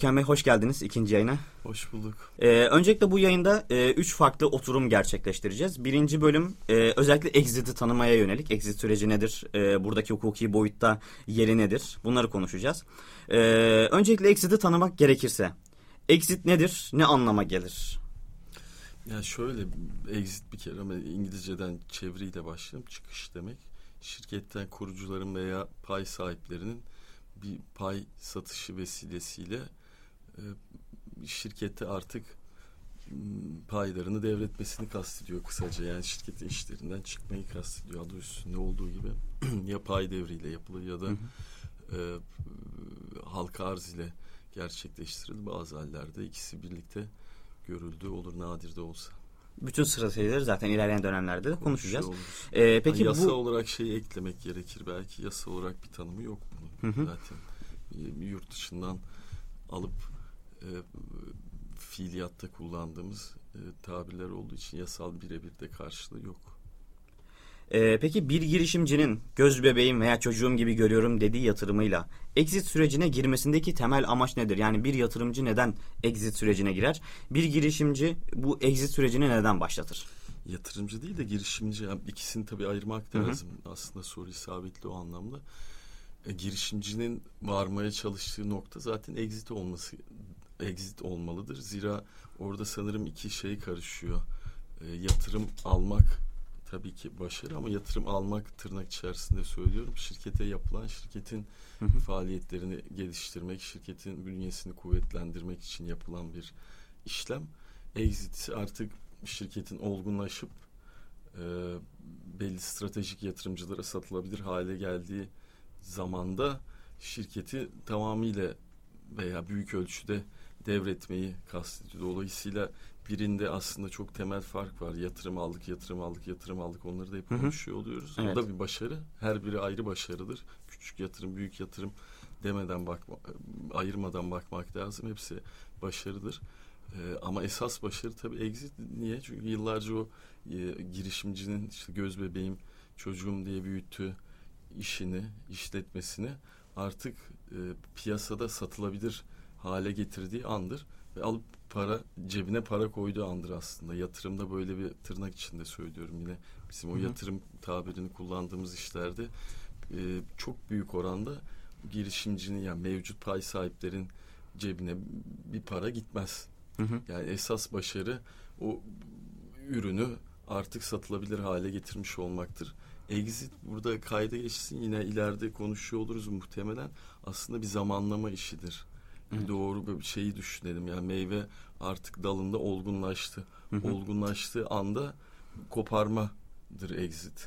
Görkem Bey hoş geldiniz ikinci yayına. Hoş bulduk. Öncelikle bu yayında 3 farklı oturum gerçekleştireceğiz. Birinci bölüm özellikle exit'i tanımaya yönelik. Exit süreci nedir? Buradaki hukuki boyutta yeri nedir? Bunları konuşacağız. Öncelikle exit'i tanımak gerekirse. Exit nedir? Ne anlama gelir? Ya şöyle, exit bir kere ama İngilizceden çeviriyle başlayalım. Çıkış demek. Şirketten kurucuların veya pay sahiplerinin bir pay satışı vesilesiyle şirkette artık paylarını devretmesini kastediyor kısaca. Yani şirketin işlerinden çıkmayı kastediyor. Adı üstünde olduğu gibi ya pay devriyle yapılır ya da halka arz ile gerçekleştirilir. Bazı hallerde ikisi birlikte görüldüğü olur, nadir de olsa. Bütün stratejileri zaten ilerleyen dönemlerde de konuşacağız. Peki yasa olarak şeyi eklemek gerekir belki. Yasa olarak bir tanımı yok bunun. Zaten yurt dışından alıp fiiliyatta kullandığımız tabirler olduğu için yasal birebir de karşılığı yok. Peki bir girişimcinin göz bebeğim veya çocuğum gibi görüyorum dediği yatırımıyla exit sürecine girmesindeki temel amaç nedir? Yani bir yatırımcı neden exit sürecine girer? Bir girişimci bu exit sürecini neden başlatır? Yatırımcı değil de girişimci. Yani ikisini tabii ayırmak lazım. Aslında soru isabetli o anlamda. Girişimcinin varmaya çalıştığı nokta zaten exit olmalıdır. Zira orada sanırım iki şey karışıyor. Yatırım almak tabii ki başarı ama yatırım almak tırnak içerisinde söylüyorum. Şirkete yapılan, şirketin faaliyetlerini geliştirmek, şirketin bünyesini kuvvetlendirmek için yapılan bir işlem. Exit artık şirketin olgunlaşıp belli stratejik yatırımcılara satılabilir hale geldiği zamanda şirketi tamamıyla veya büyük ölçüde devretmeyi kastediyor. Dolayısıyla birinde aslında çok temel fark var. Yatırım aldık. Onları da hep konuşuyor oluyoruz. Evet. O da bir başarı. Her biri ayrı başarıdır. Küçük yatırım, büyük yatırım demeden ayırmadan bakmak lazım. Hepsi başarıdır. Ama esas başarı tabii exit. Niye? Çünkü yıllarca o girişimcinin işte göz bebeğim, çocuğum diye büyüttüğü işini, işletmesini artık piyasada satılabilir hale getirdiği andır ve alıp cebine para koyduğu andır aslında. Yatırımda böyle bir tırnak içinde söylüyorum yine. Bizim o yatırım tabirini kullandığımız işlerde çok büyük oranda girişimcinin yani mevcut pay sahiplerin cebine bir para gitmez. Yani esas başarı o ürünü artık satılabilir hale getirmiş olmaktır. Exit burada kayda geçsin, yine ileride konuşuyor oluruz muhtemelen. Aslında bir zamanlama işidir. Doğru bir şeyi düşünelim. Yani meyve artık dalında olgunlaştı. Olgunlaştığı anda koparmadır exit.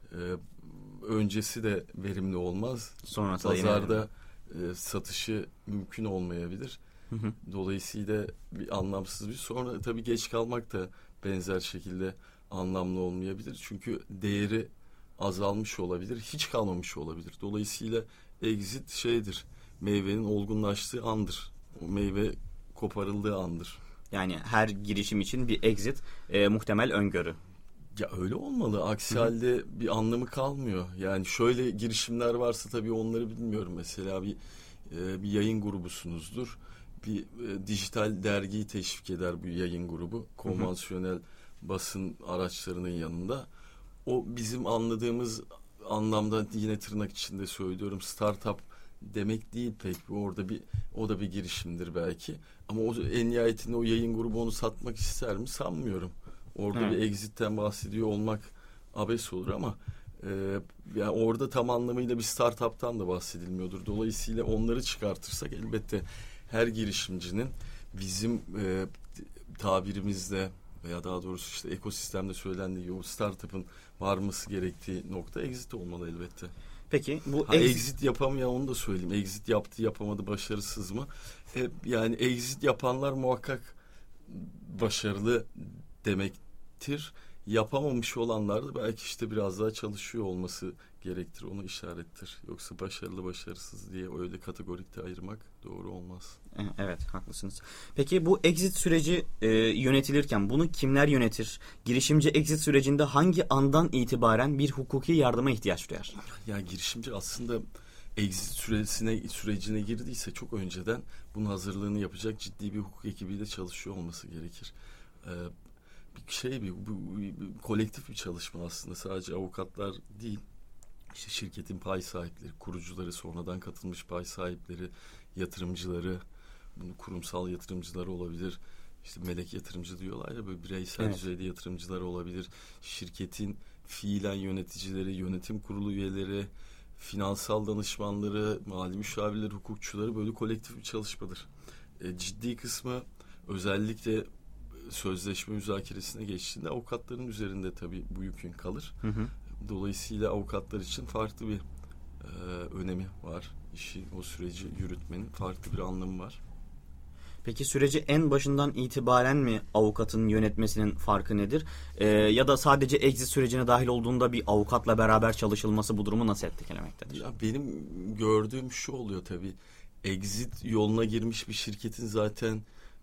Öncesi de verimli olmaz. Sonra pazarda satışı mümkün olmayabilir. Dolayısıyla bir anlamsız bir. Sonra tabii geç kalmak da benzer şekilde anlamlı olmayabilir. Çünkü değeri azalmış olabilir, hiç kalmamış olabilir. Dolayısıyla exit şeydir, meyvenin olgunlaştığı andır. O meyve koparıldığı andır. Yani her girişim için bir exit muhtemel öngörü. Ya öyle olmalı. Aksi halde bir anlamı kalmıyor. Yani şöyle girişimler varsa tabii onları bilmiyorum. Mesela bir yayın grubusunuzdur. Bir dijital dergiyi teşvik eder bu yayın grubu. Konvansiyonel basın araçlarının yanında. O bizim anladığımız anlamda yine tırnak içinde söylüyorum startup demek değil pek. O da bir girişimdir belki. Ama en nihayetinde o yayın grubu onu satmak ister mi sanmıyorum. Orada bir exit'ten bahsediyor olmak abes olur ama yani orada tam anlamıyla bir startup'tan da bahsedilmiyordur. Dolayısıyla onları çıkartırsak elbette her girişimcinin bizim tabirimizde veya daha doğrusu işte ekosistemde söylendiği gibi o startup'ın varması gerektiği nokta exit olmalı elbette. Peki bu exit yapamayan onu da söyleyeyim. Exit yaptı yapamadı başarısız mı? Yani exit yapanlar muhakkak başarılı demektir. Yapamamış olanlar da belki işte biraz daha çalışıyor olması gerektir. Onu işarettir. Yoksa başarılı başarısız diye öyle kategorikte ayırmak doğru olmaz. Evet, haklısınız. Peki bu exit süreci yönetilirken bunu kimler yönetir? Girişimci exit sürecinde hangi andan itibaren bir hukuki yardıma ihtiyaç duyar? Yani girişimci aslında exit sürecine girdiyse çok önceden bunun hazırlığını yapacak ciddi bir hukuk ekibiyle çalışıyor olması gerekir. Bir kolektif bir çalışma aslında, sadece avukatlar değil. İşte şirketin pay sahipleri, kurucuları, sonradan katılmış pay sahipleri, yatırımcıları, bunu kurumsal yatırımcıları olabilir. İşte melek yatırımcı diyorlar ya, böyle bireysel düzeyde yatırımcılar olabilir. Şirketin fiilen yöneticileri, yönetim kurulu üyeleri, finansal danışmanları, mali müşavirleri, hukukçuları, böyle kolektif bir çalışmadır. Ciddi kısmı özellikle sözleşme müzakeresine geçtiğinde avukatların üzerinde tabii bu yükün kalır. Hı hı. Dolayısıyla avukatlar için farklı bir önemi var. O süreci yürütmenin farklı bir anlamı var. Peki süreci en başından itibaren mi avukatın yönetmesinin farkı nedir? Ya da sadece exit sürecine dahil olduğunda bir avukatla beraber çalışılması bu durumu nasıl etkilemektedir? Ya benim gördüğüm şu oluyor tabii. Exit yoluna girmiş bir şirketin zaten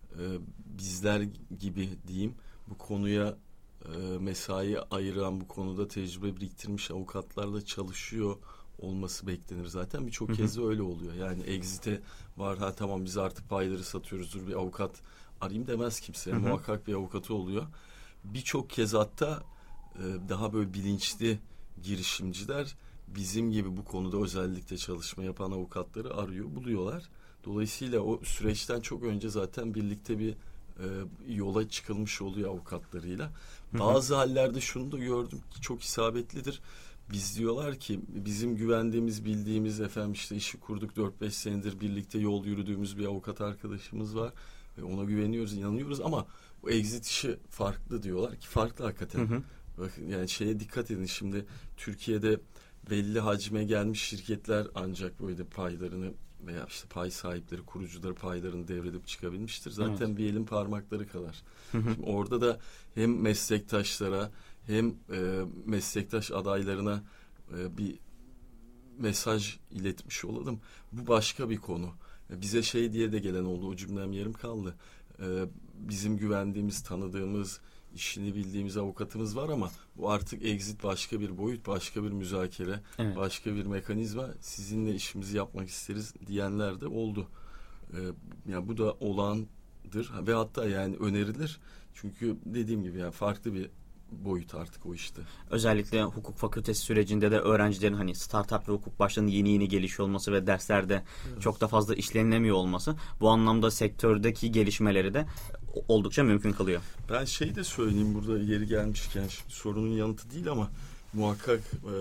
bizler gibi diyeyim bu konuya mesai ayıran, bu konuda tecrübe biriktirmiş avukatlarla çalışıyor olması beklenir zaten. Birçok kez de öyle oluyor. Yani exit'e var, tamam biz artık payları satıyoruz, dur bir avukat arayayım demez kimse. Yani muhakkak bir avukatı oluyor. Birçok kez hatta daha böyle bilinçli girişimciler bizim gibi bu konuda özellikle çalışma yapan avukatları arıyor, buluyorlar. Dolayısıyla o süreçten çok önce zaten birlikte bir yola çıkılmış oluyor avukatlarıyla. Bazı hallerde şunu da gördüm ki çok isabetlidir. Biz diyorlar ki bizim güvendiğimiz, bildiğimiz, işte işi kurduk 4-5 senedir birlikte yol yürüdüğümüz bir avukat arkadaşımız var ve ona güveniyoruz, inanıyoruz ama bu exit işi farklı diyorlar ki farklı hakikaten. Bakın yani şeye dikkat edin, şimdi Türkiye'de belli hacme gelmiş şirketler ancak böyle paylarını veya işte pay sahipleri, kurucuları paylarını devredip çıkabilmiştir. Zaten bir elin parmakları kadar. Şimdi orada da hem meslektaşlara hem meslektaş adaylarına bir mesaj iletmiş olalım. Bu başka bir konu. Bize şey diye de gelen oldu, o cümlem yarım kaldı. Bizim güvendiğimiz, tanıdığımız, işini bildiğimiz avukatımız var ama bu artık exit başka bir boyut, başka bir müzakere, başka bir mekanizma. Sizinle işimizi yapmak isteriz diyenler de oldu. Yani bu da olağandır ve hatta yani önerilir. Çünkü dediğim gibi yani farklı bir boyut artık o işte. Özellikle hukuk fakültesi sürecinde de öğrencilerin hani startup ve hukuk başlarının yeni gelişiyor olması ve derslerde çok da fazla işlenilemiyor olması bu anlamda sektördeki gelişmeleri de oldukça mümkün kılıyor. Ben de söyleyeyim burada yeri gelmişken, sorunun yanıtı değil ama muhakkak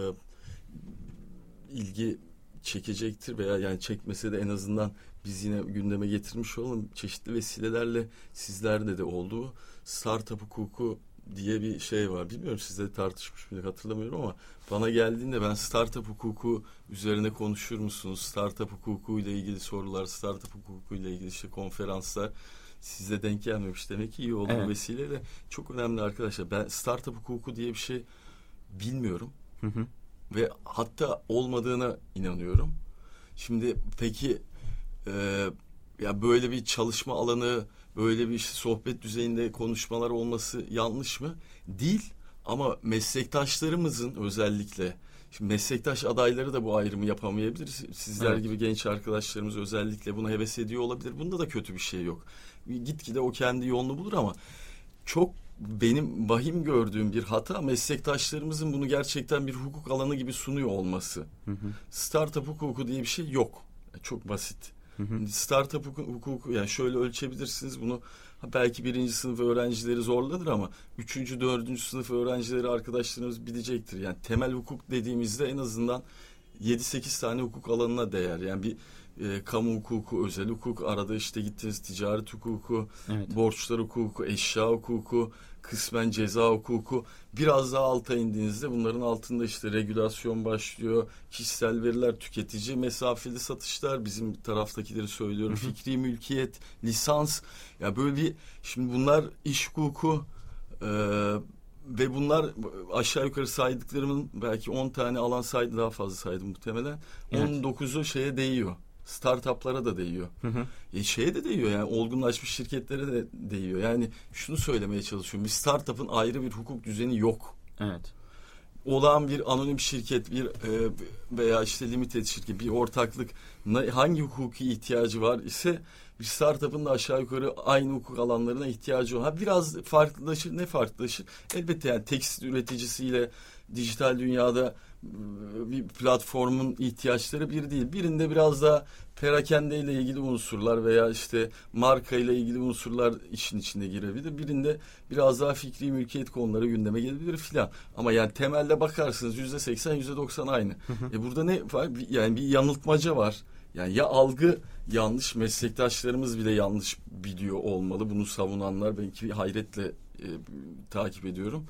ilgi çekecektir veya yani çekmese de en azından biz yine gündeme getirmiş olalım. Çeşitli vesilelerle sizlerde de olduğu startup hukuku diye bir şey var. Bilmiyorum sizle tartışmış mıydık hatırlamıyorum ama bana geldiğinde ben startup hukuku üzerine konuşur musunuz? Startup hukuku ile ilgili sorular, startup hukuku ile ilgili işte konferanslar size denk gelmemiş. Demek ki iyi oldu bu vesileyle. Çok önemli arkadaşlar. Ben startup hukuku diye bir şey bilmiyorum. Ve hatta olmadığına inanıyorum. Şimdi peki ya böyle bir çalışma alanı, böyle bir sohbet düzeyinde konuşmalar olması yanlış mı? Değil. Ama meslektaşlarımızın özellikle, şimdi meslektaş adayları da bu ayrımı yapamayabilir. Sizler gibi genç arkadaşlarımız özellikle buna heves ediyor olabilir. Bunda da kötü bir şey yok. Gitgide o kendi yolunu bulur ama çok benim vahim gördüğüm bir hata meslektaşlarımızın bunu gerçekten bir hukuk alanı gibi sunuyor olması. Startup hukuku diye bir şey yok. Çok basit. Startup hukuku yani şöyle ölçebilirsiniz bunu, belki 1. sınıf öğrencileri zorlanır ama 3. 4. sınıf öğrencileri arkadaşlarımız bilecektir. Yani temel hukuk dediğimizde en azından 7-8 tane hukuk alanına değer. Yani bir kamu hukuku, özel hukuk, arada işte gittiniz ticaret hukuku, borçlar hukuku, eşya hukuku, kısmen ceza hukuku. Biraz daha alta indiğinizde bunların altında işte regülasyon başlıyor, kişisel veriler, tüketici mesafeli satışlar, bizim taraftakileri söylüyorum, fikri mülkiyet, lisans. Ya böyle bir, şimdi bunlar iş hukuku ve bunlar aşağı yukarı saydıklarımın belki 10 tane alan saydı, daha fazla saydım muhtemelen. 19'u şeye değiyor. Startuplara da değiyor. Şeye de değiyor yani, olgunlaşmış şirketlere de değiyor. Yani şunu söylemeye çalışıyorum. Bir startup'ın ayrı bir hukuk düzeni yok. olağan bir anonim şirket, bir veya işte limited şirket, bir ortaklık hangi hukuki ihtiyacı var ise bir startup'ın da aşağı yukarı aynı hukuk alanlarına ihtiyacı var. Biraz farklılaşır. Ne farklılaşır? Elbette yani tekstil üreticisiyle dijital dünyada bir platformun ihtiyaçları bir değil. Birinde biraz daha perakende ile ilgili unsurlar veya işte marka ile ilgili unsurlar işin içine girebilir. Birinde biraz daha fikri mülkiyet konuları gündeme gelebilir filan. Ama yani temelde bakarsınız %80, %90 aynı. Burada ne var? Yani bir yanıltmaca var. Yani ya algı yanlış, meslektaşlarımız bile yanlış biliyor olmalı. Bunu savunanlar belki hayretle takip ediyorum.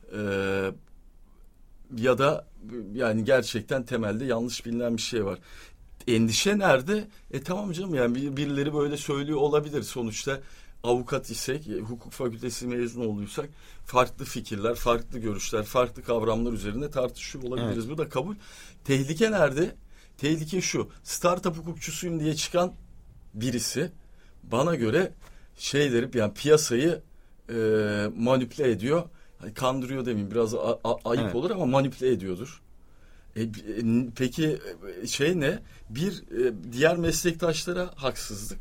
Ya da yani gerçekten temelde yanlış bilinen bir şey var. Endişe nerede? Tamam canım, yani birileri böyle söylüyor olabilir. Sonuçta avukat isek, hukuk fakültesi mezun olduysak farklı fikirler, farklı görüşler, farklı kavramlar üzerine tartışıyor olabiliriz. Evet. Bu da kabul. Tehlike nerede? Tehlike şu: startup hukukçusuyum diye çıkan birisi bana göre yani piyasayı manipüle ediyor. Kandırıyor demeyeyim, biraz ayıp evet. Olur ama manipüle ediyordur. Peki ne? Diğer meslektaşlara haksızlık.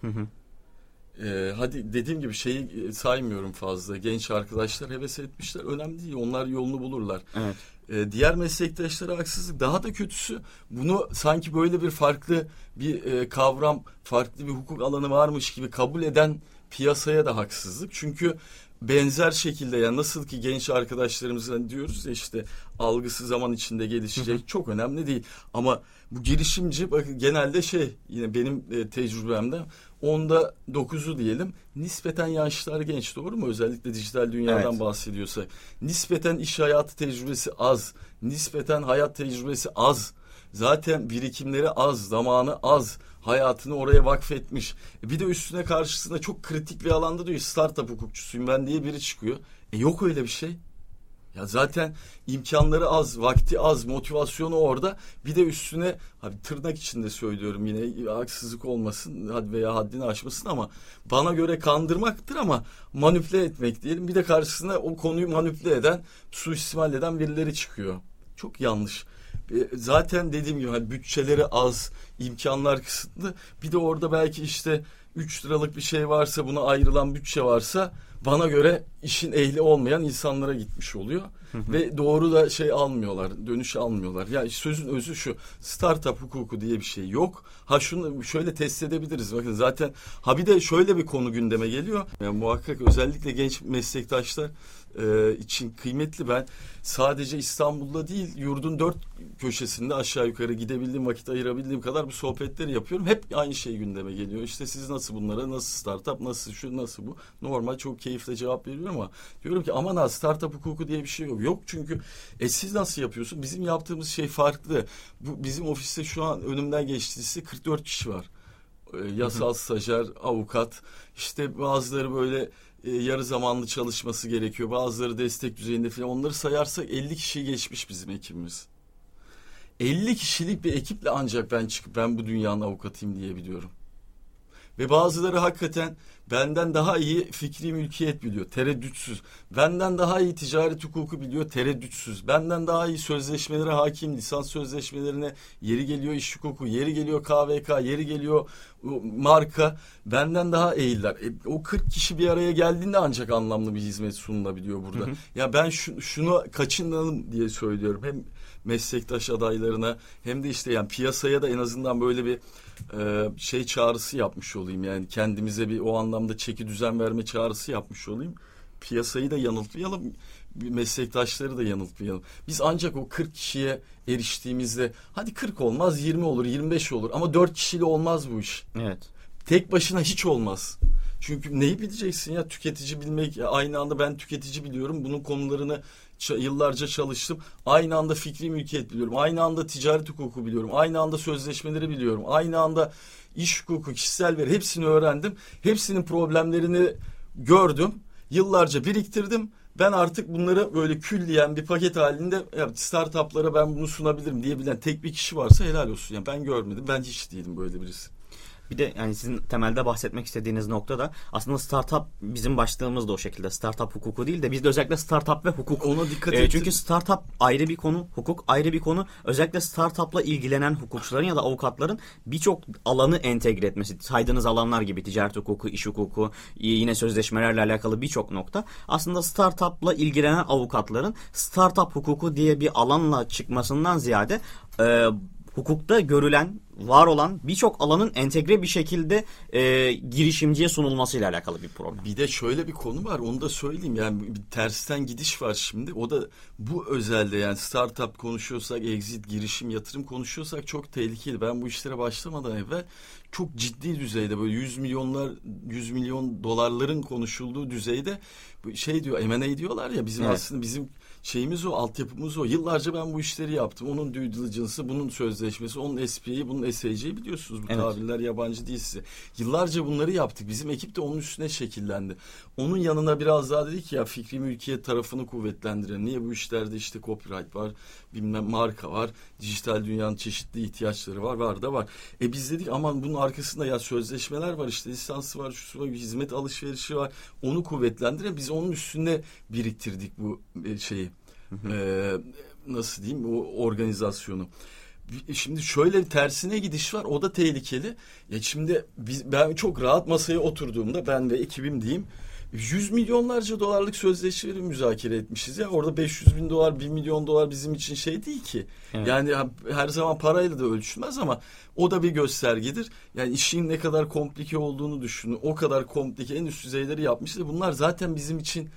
Hadi dediğim gibi şeyi saymıyorum fazla. Genç arkadaşlar heves etmişler. Önemli değil. Onlar yolunu bulurlar. Evet. Diğer meslektaşlara haksızlık. Daha da kötüsü, bunu sanki böyle bir farklı bir kavram, farklı bir hukuk alanı varmış gibi kabul eden piyasaya da haksızlık. Çünkü benzer şekilde, yani nasıl ki genç arkadaşlarımızdan diyoruz ya işte algısı zaman içinde gelişecek, çok önemli değil. Ama bu girişimci bakın genelde yine benim tecrübemde 10'da 9'u diyelim nispeten yaşlılar genç, doğru mu? Özellikle dijital dünyadan evet. bahsediyorsak. Nispeten iş hayatı tecrübesi az. Nispeten hayat tecrübesi az. Zaten birikimleri az, zamanı az. Hayatını oraya vakfetmiş. Bir de üstüne karşısında çok kritik bir alanda diyor, startup hukukçusuyum ben diye biri çıkıyor. Yok öyle bir şey. Ya zaten imkanları az, vakti az, motivasyonu orada. Bir de üstüne, tırnak içinde söylüyorum yine, haksızlık olmasın veya haddini aşmasın ama bana göre kandırmaktır ama manipüle etmek diyelim. Bir de karşısına o konuyu manipüle eden, suistimal eden birileri çıkıyor. Çok yanlış. Zaten dediğim gibi bütçeleri az, imkanlar kısıtlı. Bir de orada belki işte 3 liralık bir şey varsa, buna ayrılan bütçe varsa, bana göre işin ehli olmayan insanlara gitmiş oluyor. Ve doğru da almıyorlar, dönüş almıyorlar. Yani sözün özü şu: startup hukuku diye bir şey yok. Şunu şöyle test edebiliriz. Bakın zaten bir de şöyle bir konu gündeme geliyor. Yani muhakkak özellikle genç meslektaşlar için kıymetli. Ben sadece İstanbul'da değil, yurdun 4 köşesinde aşağı yukarı gidebildiğim, vakit ayırabildiğim kadar bu sohbetleri yapıyorum. Hep aynı şey gündeme geliyor. İşte siz nasıl bunlara, nasıl startup, nasıl şu, nasıl bu? Normal, çok keyifle cevap veriyorum ama diyorum ki aman startup hukuku diye bir şey yok. Yok çünkü siz nasıl yapıyorsun? Bizim yaptığımız şey farklı. Bu bizim ofiste şu an önümden geçtiyse 44 kişi var. Yasal stajyer, avukat, işte bazıları böyle yarı zamanlı çalışması gerekiyor. Bazıları destek düzeyinde falan. Onları sayarsak 50 kişiyi geçmiş bizim ekibimiz. 50 kişilik bir ekiple ancak ben çıkıp ben bu dünyanın avukatıyım diyebiliyorum. Ve bazıları hakikaten benden daha iyi fikri mülkiyet biliyor, tereddütsüz. Benden daha iyi ticaret hukuku biliyor, tereddütsüz. Benden daha iyi sözleşmelere hakim, lisans sözleşmelerine, yeri geliyor iş hukuku, yeri geliyor KVK, yeri geliyor marka. Benden daha eğiller. O 40 kişi bir araya geldiğinde ancak anlamlı bir hizmet sunulabiliyor burada. Ya ben şunu kaçınalım diye söylüyorum. Hem meslektaş adaylarına hem de işte yani piyasaya da en azından böyle bir çağrısı yapmış olayım. Yani kendimize bir o anlamda çeki düzen verme çağrısı yapmış olayım. Piyasayı da yanıltmayalım, meslektaşları da yanıltmayalım. Biz ancak o 40 kişiye eriştiğimizde, hadi 40 olmaz, 20 olur, 25 olur ama 4 kişiyle olmaz bu iş. Evet. Tek başına hiç olmaz. Çünkü neyi bileceksin ya, tüketici bilmek, aynı anda ben tüketici biliyorum, bunun konularını yıllarca çalıştım. Aynı anda fikri mülkiyet biliyorum. Aynı anda ticaret hukuku biliyorum. Aynı anda sözleşmeleri biliyorum. Aynı anda iş hukuku, kişisel veri, hepsini öğrendim. Hepsinin problemlerini gördüm. Yıllarca biriktirdim. Ben artık bunları böyle külliyen bir paket halinde startuplara ben bunu sunabilirim diyebilen tek bir kişi varsa helal olsun. Yani ben görmedim. Ben hiç değilim böyle birisi. Bir de yani sizin temelde bahsetmek istediğiniz nokta da aslında startup, bizim başlığımız da o şekilde. Startup hukuku değil de bizde özellikle startup ve hukuk. Ona dikkat ettim. Çünkü startup ayrı bir konu, hukuk ayrı bir konu. Özellikle startupla ilgilenen hukukçuların ya da avukatların birçok alanı entegre etmesi. Saydığınız alanlar gibi ticaret hukuku, iş hukuku, yine sözleşmelerle alakalı birçok nokta. Aslında startupla ilgilenen avukatların startup hukuku diye bir alanla çıkmasından ziyade hukukta görülen, var olan birçok alanın entegre bir şekilde girişimciye sunulmasıyla alakalı bir problem. Bir de şöyle bir konu var, onu da söyleyeyim. Yani bir tersten gidiş var şimdi. O da bu özelde, yani startup konuşuyorsak, exit, girişim, yatırım konuşuyorsak çok tehlikeli. Ben bu işlere başlamadan evvel çok ciddi düzeyde, böyle 100 milyon dolarların konuşulduğu düzeyde şey diyor, M&A diyorlar ya, bizim aslında bizim şeyimiz o, altyapımız o. Yıllarca ben bu işleri yaptım. Onun due diligence'ı, bunun sözleşmesi, onun SPA'yı, bunun SAC'yi biliyorsunuz. Bu tabirler yabancı değil size. Yıllarca bunları yaptık. Bizim ekip de onun üstüne şekillendi. Onun yanına biraz daha dedik ya, fikri mülkiyet tarafını kuvvetlendirelim. Niye bu işlerde işte copyright var, bilmem marka var, dijital dünyanın çeşitli ihtiyaçları var. Biz dedik aman bunun arkasında ya sözleşmeler var, işte lisansı var, şusu var, hizmet alışverişi var. Onu kuvvetlendirelim. Biz onun üstüne biriktirdik bu şeyi. Nasıl diyeyim, o organizasyonu. Şimdi şöyle bir tersine gidiş var, o da tehlikeli. Ya şimdi ben çok rahat masaya oturduğumda, ben ve ekibim diyeyim, 100 milyonlarca dolarlık sözleşmeleri müzakere etmişiz ya. Orada 500 bin dolar, 1 milyon dolar bizim için şey değil ki. Evet. Yani her zaman parayla da ölçülmez ama o da bir göstergedir. Yani işin ne kadar komplike olduğunu düşünün. O kadar komplike, en üst düzeyleri yapmışız. Bunlar zaten bizim için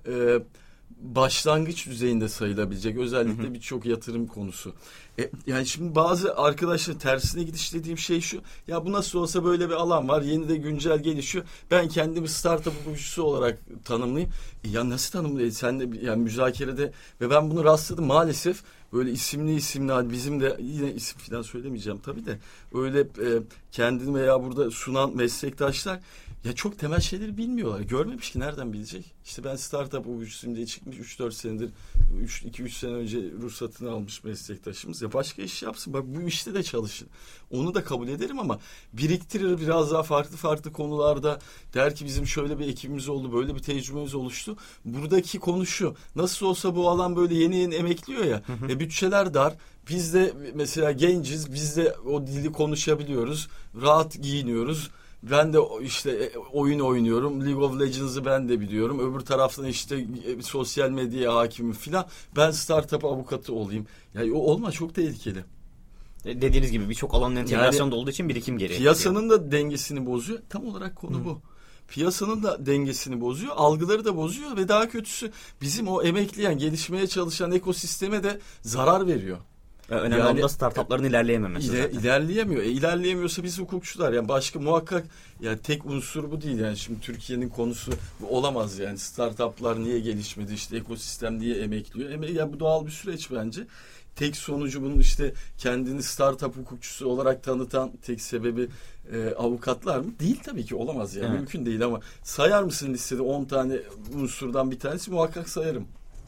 başlangıç düzeyinde sayılabilecek, özellikle birçok yatırım konusu. Yani şimdi bazı arkadaşlar tersine gidiş dediğim şey şu: ya bu nasıl olsa böyle bir alan var, yeni de güncel gelişiyor, ben kendimi startup hukukçusu olarak tanımlayayım. Ya nasıl tanımlayayım? Sen de yani müzakerede, ve ben bunu rastladım maalesef, böyle isimli bizim de, yine isim falan söylemeyeceğim tabii de, öyle kendini veya burada sunan meslektaşlar ya çok temel şeyleri bilmiyorlar. Görmemiş ki nereden bilecek? İşte ben startup hukukçusuyum diye çıkmış 3-4 senedir, 2-3 sene önce ruhsatını almış meslektaşımız. Ya başka iş yapsın. Bak bu işte de çalışın. Onu da kabul ederim ama biriktirir biraz daha farklı konularda. Der ki bizim şöyle bir ekibimiz oldu, böyle bir tecrübemiz oluştu. Buradaki konu şu: nasıl olsa bu alan böyle yeni emekliyor ya. Bütçeler dar. Biz de mesela genciz. Biz de o dili konuşabiliyoruz. Rahat giyiniyoruz. Ben de işte oyun oynuyorum. League of Legends'ı ben de biliyorum. Öbür taraftan işte sosyal medyaya hakimim filan. Ben startup avukatı olayım. Yani o olma, çok tehlikeli. Dediğiniz gibi birçok alanın entegrasyonda olduğu için birikim gerekiyor. Piyasanın da dengesini bozuyor. Tam olarak konu bu. Piyasanın da dengesini bozuyor, algıları da bozuyor ve daha kötüsü bizim o emekleyen, gelişmeye çalışan ekosisteme de zarar veriyor. Önemli olan da startupların ilerleyememesi zaten. İlerleyemiyor. İlerleyemiyorsa biz hukukçular, yani başka muhakkak, yani tek unsur bu değil. Yani şimdi Türkiye'nin konusu bu olamaz yani. Startuplar niye gelişmedi, işte ekosistem niye emekliyor? Yani bu doğal bir süreç bence. Tek sonucu bunun işte kendini startup hukukçusu olarak tanıtan tek sebebi avukatlar mı? Değil tabii ki, olamaz yani. Evet. Mümkün değil ama sayar mısın listede 10 tane unsurdan bir tanesi? Muhakkak sayarım.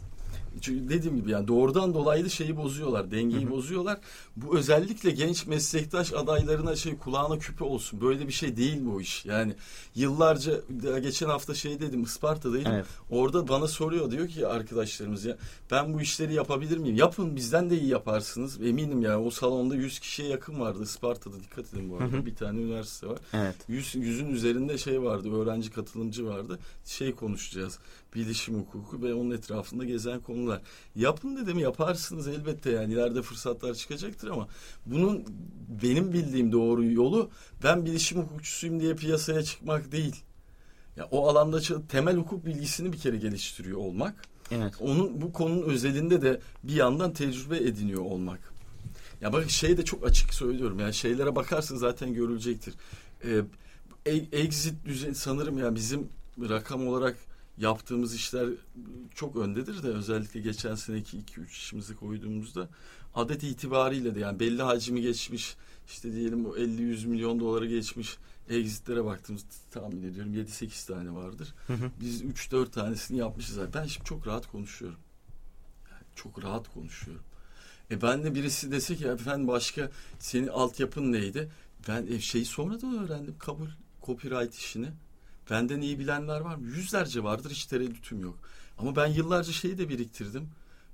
Çünkü dediğim gibi yani doğrudan dolaylı şeyi bozuyorlar, dengeyi bozuyorlar. Bu özellikle genç meslektaş adaylarına kulağına küpe olsun. Böyle bir şey değil bu iş. Yani yıllarca, geçen hafta dedim, Isparta'daydım. Evet. Orada bana soruyor, diyor ki arkadaşlarımız, ya ben bu işleri yapabilir miyim? Yapın, bizden de iyi yaparsınız. Eminim yani, o salonda 100 kişiye yakın vardı Isparta'da, dikkat edin bu arada. Bir tane üniversite var. Evet. 100'ün üzerinde vardı, öğrenci katılımcı vardı. Konuşacağız. Bilişim hukuku ve onun etrafında gezen konular. Yapın dedim, yaparsınız elbette, yani ileride fırsatlar çıkacaktır ama bunun benim bildiğim doğru yolu, ben bilişim hukukçusuyum diye piyasaya çıkmak değil. Ya o alanda temel hukuk bilgisini bir kere geliştiriyor olmak. Evet. Bu konunun özelinde de bir yandan tecrübe ediniyor olmak. Ya bak, de çok açık söylüyorum. Yani şeylere bakarsın zaten görülecektir. Exit düzeni sanırım, yani bizim rakam olarak yaptığımız işler çok öndedir de, özellikle geçen seneki 2-3 işimizi koyduğumuzda adet itibariyle de, yani belli hacmi geçmiş, işte diyelim o 50-100 milyon doları geçmiş exitlere baktığımızda tahmin ediyorum 7-8 tane vardır. Biz 3-4 tanesini yapmışız. Ben şimdi çok rahat konuşuyorum. Yani çok rahat konuşuyorum. Ben de birisi dese ki efendim başka senin altyapın neydi? Ben şeyi sonradan öğrendim, kabul, copyright işini. Benden iyi bilenler var mı? Yüzlerce vardır, hiç tereddütüm yok. Ama ben yıllarca şeyi de biriktirdim.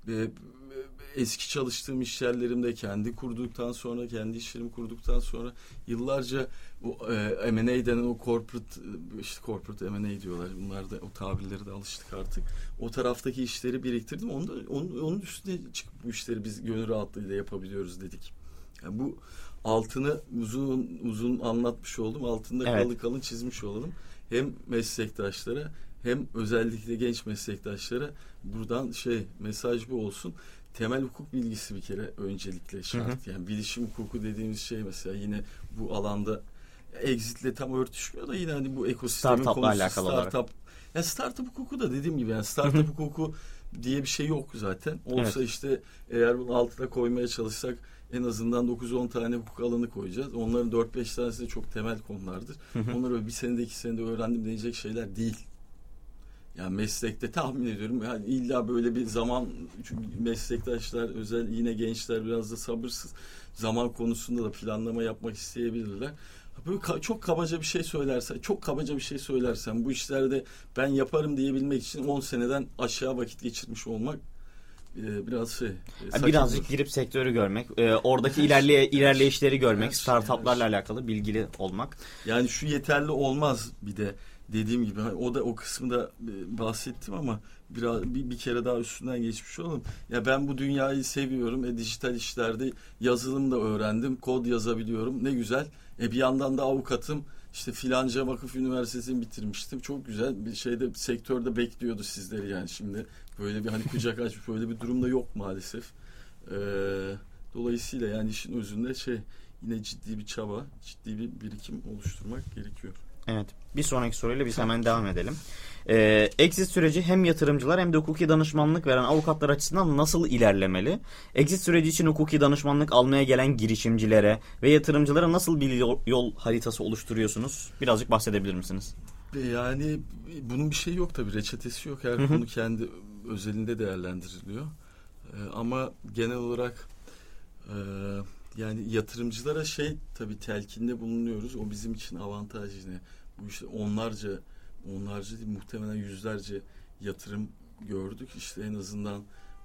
Eski çalıştığım iş yerlerimde kendi kurduktan sonra, kendi işlerimi kurduktan sonra yıllarca o M&A denen o corporate M&A diyorlar. Bunlar da, o tabirleri de alıştık artık. O taraftaki işleri biriktirdim. Onun üstüne çıkıp bu işleri biz gönül rahatlığıyla yapabiliyoruz dedik. Yani bu altını uzun uzun anlatmış oldum. Altında kalın kalın çizmiş olalım. Hem meslektaşlara hem özellikle genç meslektaşlara buradan mesaj bu olsun. Temel hukuk bilgisi bir kere öncelikle şart. Yani bilişim hukuku dediğimiz şey mesela yine bu alanda Exit'le tam örtüşmüyor da yine hani bu ekosistemin konusu alakalı startup. Olarak. Yani startup hukuku da dediğim gibi yani startup hukuku diye bir şey yok zaten. Olsa işte eğer bunu altına koymaya çalışsak en azından 9-10 tane hukuk alanı koyacağız. Onların 4-5 tanesi de çok temel konulardır. Onları öyle bir senede 2 senede öğrendim diyecek şeyler değil. Yani meslekte tahmin ediyorum yani illa böyle bir zaman, çünkü meslektaşlar özel yine gençler biraz da sabırsız, zaman konusunda da planlama yapmak isteyebilirler. Böyle çok kabaca bir şey söylersen bu işlerde ben yaparım diyebilmek için 10 seneden aşağı vakit geçirmiş olmak biraz birazcık girip sektörü görmek, oradaki ilerleyişleri görmek, startuplarla alakalı bilgili olmak. Yani şu yeterli olmaz bir de. Dediğim gibi o kısmı da bahsettim ama bir kere daha üstünden geçmiş olalım. Ya ben bu dünyayı seviyorum. Dijital işlerde yazılım da öğrendim. Kod yazabiliyorum. Ne güzel. Bir yandan da avukatım. İşte filanca vakıf üniversitesini bitirmiştim. Çok güzel bir sektörde bekliyordu sizleri yani şimdi. Böyle bir hani kucak açmış böyle bir durumda yok maalesef. Dolayısıyla yani işin özünde yine ciddi bir çaba, ciddi bir birikim oluşturmak gerekiyor. Evet. Bir sonraki soruyla biz hemen devam edelim. Exit süreci hem yatırımcılar hem de hukuki danışmanlık veren avukatlar açısından nasıl ilerlemeli? Exit süreci için hukuki danışmanlık almaya gelen girişimcilere ve yatırımcılara nasıl bir yol haritası oluşturuyorsunuz? Birazcık bahsedebilir misiniz? Yani bunun bir şeyi yok tabii. Reçetesi yok. Her konu kendi özelinde değerlendiriliyor. Ama genel olarak yani yatırımcılara tabii telkinde bulunuyoruz. O bizim için avantaj yine. Bu işte onlarca değil, muhtemelen yüzlerce yatırım gördük. İşte en azından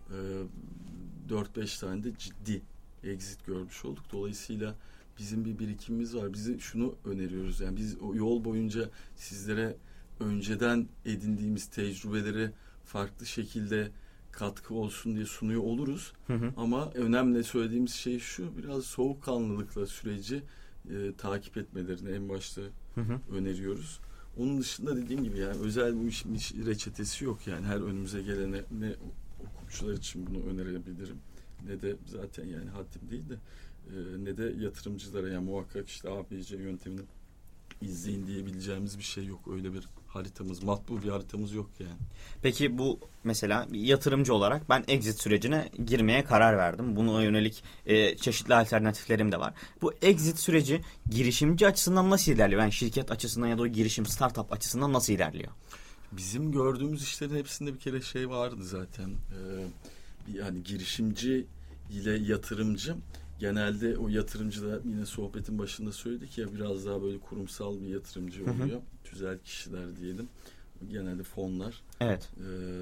4-5 tane de ciddi exit görmüş olduk. Dolayısıyla bizim bir birikimimiz var. Biz şunu öneriyoruz. Yani biz o yol boyunca sizlere önceden edindiğimiz tecrübeleri farklı şekilde katkı olsun diye sunuyor oluruz. Ama önemli söylediğimiz şey şu, biraz soğukkanlılıkla süreci takip etmelerini en başta öneriyoruz. Onun dışında dediğim gibi yani özel bu işin reçetesi yok yani her önümüze gelene ne hukukçular için bunu önerebilirim ne de zaten yani haddim değil de ne de yatırımcılara yani muhakkak işte ABC yöntemini izleyin diyebileceğimiz bir şey yok. Öyle bir haritamız, matbu bir haritamız yok yani. Peki bu mesela yatırımcı olarak ben exit sürecine girmeye karar verdim. Buna yönelik çeşitli alternatiflerim de var. Bu exit süreci girişimci açısından nasıl ilerliyor? Yani şirket açısından ya da o girişim startup açısından nasıl ilerliyor? Bizim gördüğümüz işlerin hepsinde bir kere vardı zaten. Yani girişimci ile yatırımcı genelde o yatırımcı da yine sohbetin başında söyledik ya biraz daha böyle kurumsal bir yatırımcı oluyor. Tüzel kişiler diyelim. Genelde fonlar. Evet.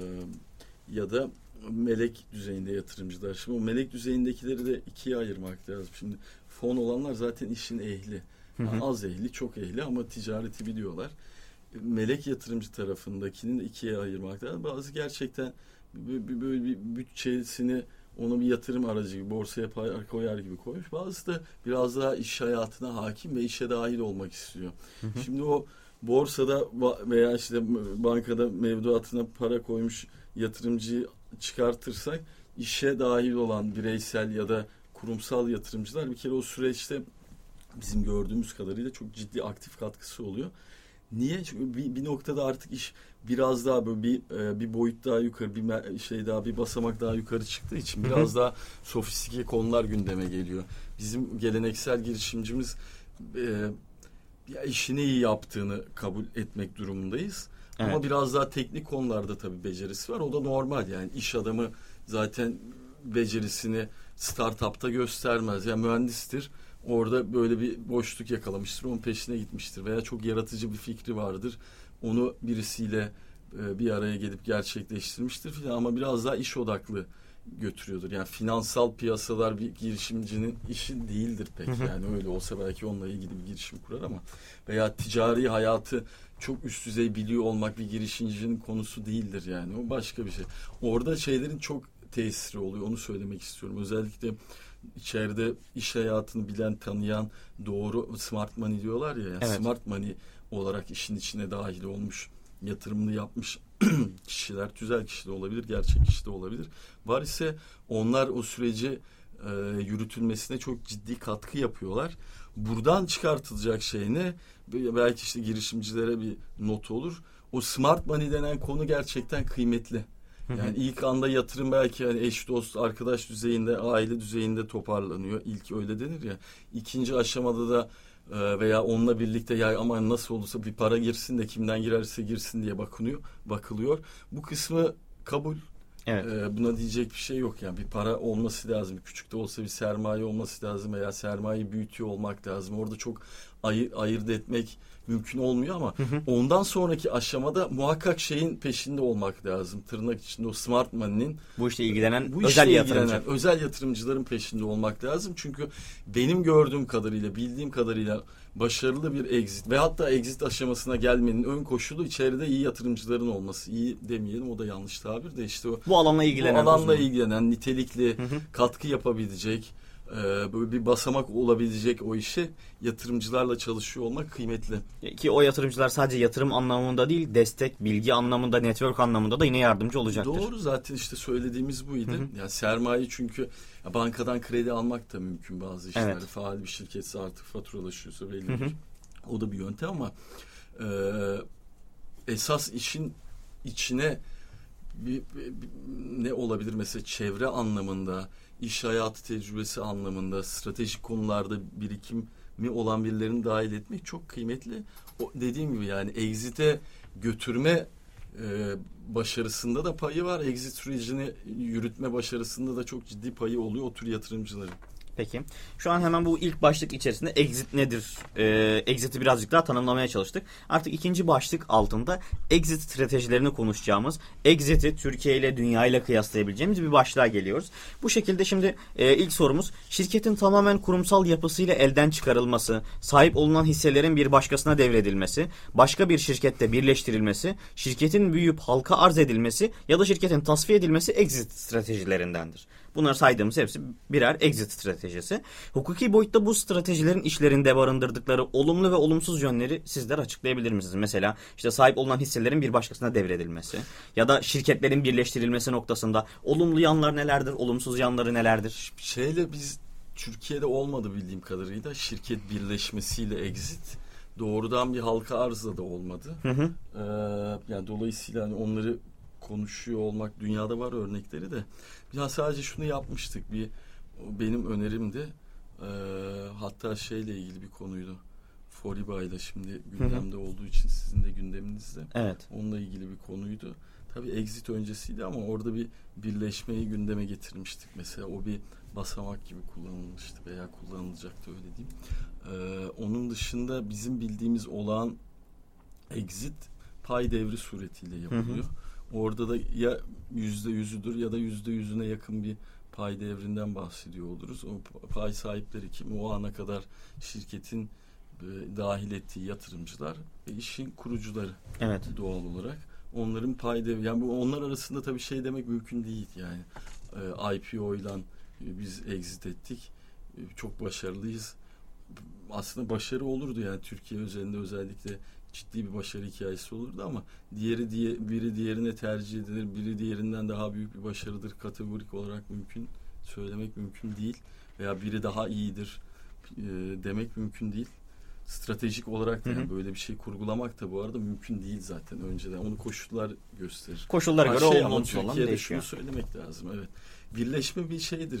Ya da melek düzeyinde yatırımcılar. Şimdi o melek düzeyindekileri de ikiye ayırmak lazım. Şimdi fon olanlar zaten işin ehli. Yani az ehli, çok ehli ama ticareti biliyorlar. Melek yatırımcı tarafındakini de ikiye ayırmak lazım. Bazı gerçekten böyle bir bütçesini onu bir yatırım aracı gibi borsaya koyar gibi koymuş. Bazısı da biraz daha iş hayatına hakim ve işe dahil olmak istiyor. Şimdi o borsada veya işte bankada mevduatına para koymuş yatırımcıyı çıkartırsak işe dahil olan bireysel ya da kurumsal yatırımcılar bir kere o süreçte bizim gördüğümüz kadarıyla çok ciddi aktif katkısı oluyor. Niye? Çünkü bir noktada artık iş biraz daha böyle bir boyut daha yukarı, bir basamak daha yukarı çıktığı için biraz daha sofistike konular gündeme geliyor. Bizim geleneksel girişimcimiz işini iyi yaptığını kabul etmek durumundayız. Evet. Ama biraz daha teknik konularda tabii becerisi var. O da normal yani iş adamı zaten becerisini startupta göstermez. Yani mühendistir. orada böyle bir boşluk yakalamıştır, onun peşine gitmiştir veya çok yaratıcı bir fikri vardır. Onu birisiyle bir araya gelip gerçekleştirmiştir filan ama biraz daha iş odaklı götürüyordur. Yani finansal piyasalar bir girişimcinin işi değildir pek. Yani öyle olsa belki onunla ilgili bir girişim kurar ama veya ticari hayatı çok üst düzey biliyor olmak bir girişimcinin konusu değildir yani. O başka bir şey. Orada şeylerin çok tesiri oluyor. Onu söylemek istiyorum. Özellikle içeride iş hayatını bilen, tanıyan, doğru smart money diyorlar ya. Yani evet. Smart money olarak işin içine dahil olmuş, yatırımını yapmış kişiler, tüzel kişi de olabilir, gerçek kişi de olabilir. Var ise onlar o süreci yürütülmesine çok ciddi katkı yapıyorlar. Buradan çıkartılacak şey ne? Belki işte girişimcilere bir not olur. O smart money denen konu gerçekten kıymetli. Yani ilk anda yatırım belki hani eş dost arkadaş düzeyinde, aile düzeyinde toparlanıyor. İlk öyle denir ya. İkinci aşamada da veya onunla birlikte ya ama nasıl olursa bir para girsin de kimden girerse girsin diye bakılıyor. Bu kısmı kabul. Evet. Buna diyecek bir şey yok yani bir para olması lazım. Küçük de olsa bir sermaye olması lazım veya sermayeyi büyütüyor olmak lazım. Orada çok ayırt etmek mümkün olmuyor ama ondan sonraki aşamada muhakkak şeyin peşinde olmak lazım. Tırnak içinde o smart money'nin Bu işle ilgilenen özel yatırımcı. Özel yatırımcıların peşinde olmak lazım. Çünkü benim gördüğüm kadarıyla, bildiğim kadarıyla başarılı bir exit ve hatta exit aşamasına gelmenin ön koşulu içeride iyi yatırımcıların olması. İyi demeyelim, o da yanlış tabir de işte o bu alanla ilgilenen nitelikli katkı yapabilecek, böyle bir basamak olabilecek o işe yatırımcılarla çalışıyor olmak kıymetli. Ki o yatırımcılar sadece yatırım anlamında değil, destek, bilgi anlamında, network anlamında da yine yardımcı olacaktır. Doğru, zaten işte söylediğimiz buydu. Yani sermaye çünkü bankadan kredi almak da mümkün bazı işlerde. Evet. Faal bir şirketse artık faturalaşıyorsa belli bir. O da bir yöntem ama esas işin içine bir ne olabilir mesela çevre anlamında, iş hayatı tecrübesi anlamında, stratejik konularda birikimi olan birilerini dahil etmek çok kıymetli. O dediğim gibi yani exit'e götürme başarısında da payı var. Exit sürecini yürütme başarısında da çok ciddi payı oluyor o tür yatırımcıların. Peki. Şu an hemen bu ilk başlık içerisinde exit nedir? Exit'i birazcık daha tanımlamaya çalıştık. Artık ikinci başlık altında exit stratejilerini konuşacağımız, exit'i Türkiye ile dünya ile kıyaslayabileceğimiz bir başlığa geliyoruz. Bu şekilde şimdi ilk sorumuz, şirketin tamamen kurumsal yapısıyla elden çıkarılması, sahip olunan hisselerin bir başkasına devredilmesi, başka bir şirkette birleştirilmesi, şirketin büyüyüp halka arz edilmesi ya da şirketin tasfiye edilmesi exit stratejilerindendir. Bunları saydığımız hepsi birer exit stratejisi. Hukuki boyutta bu stratejilerin işlerinde barındırdıkları olumlu ve olumsuz yönleri sizler açıklayabilir misiniz? Mesela işte sahip olunan hisselerin bir başkasına devredilmesi ya da şirketlerin birleştirilmesi noktasında olumlu yanlar nelerdir, olumsuz yanları nelerdir? Biz Türkiye'de olmadı bildiğim kadarıyla şirket birleşmesiyle exit doğrudan bir halka arzla da olmadı. Yani dolayısıyla hani onları konuşuyor olmak, dünyada var örnekleri de. Ya sadece şunu yapmıştık, benim önerimdi. Hatta şeyle ilgili bir konuydu. Foriba ile şimdi gündemde olduğu için sizin de gündeminizde. Evet. Onunla ilgili bir konuydu. Tabii exit öncesiydi ama orada bir birleşmeyi gündeme getirmiştik. Mesela o bir basamak gibi kullanılmıştı veya kullanılacaktı, öyle diyeyim. Onun dışında bizim bildiğimiz olağan exit pay devri suretiyle yapılıyor. Orada da ya %100'üdür ya da %100'üne yakın bir pay devrinden bahsediyor oluruz. O pay sahipleri kim? O ana kadar şirketin dahil ettiği yatırımcılar ve işin kurucuları. Evet. Doğal olarak. Onların pay devri, yani bu onlar arasında tabii şey demek mümkün değil yani. IPO'yla biz exit ettik. Çok başarılıyız. Aslında başarı olurdu yani Türkiye özelinde özellikle ciddi bir başarı hikayesi olurdu ama biri diğerine tercih edilir, biri diğerinden daha büyük bir başarıdır kategorik olarak söylemek mümkün değil veya biri daha iyidir demek mümkün değil. Stratejik olarak da yani böyle bir şey kurgulamak da bu arada mümkün değil zaten önceden. Onu koşullar gösterir. Koşullara göre olumsuz olan Türkiye'de değişiyor. şunu söylemek lazım, evet. Birleşme bir şeydir,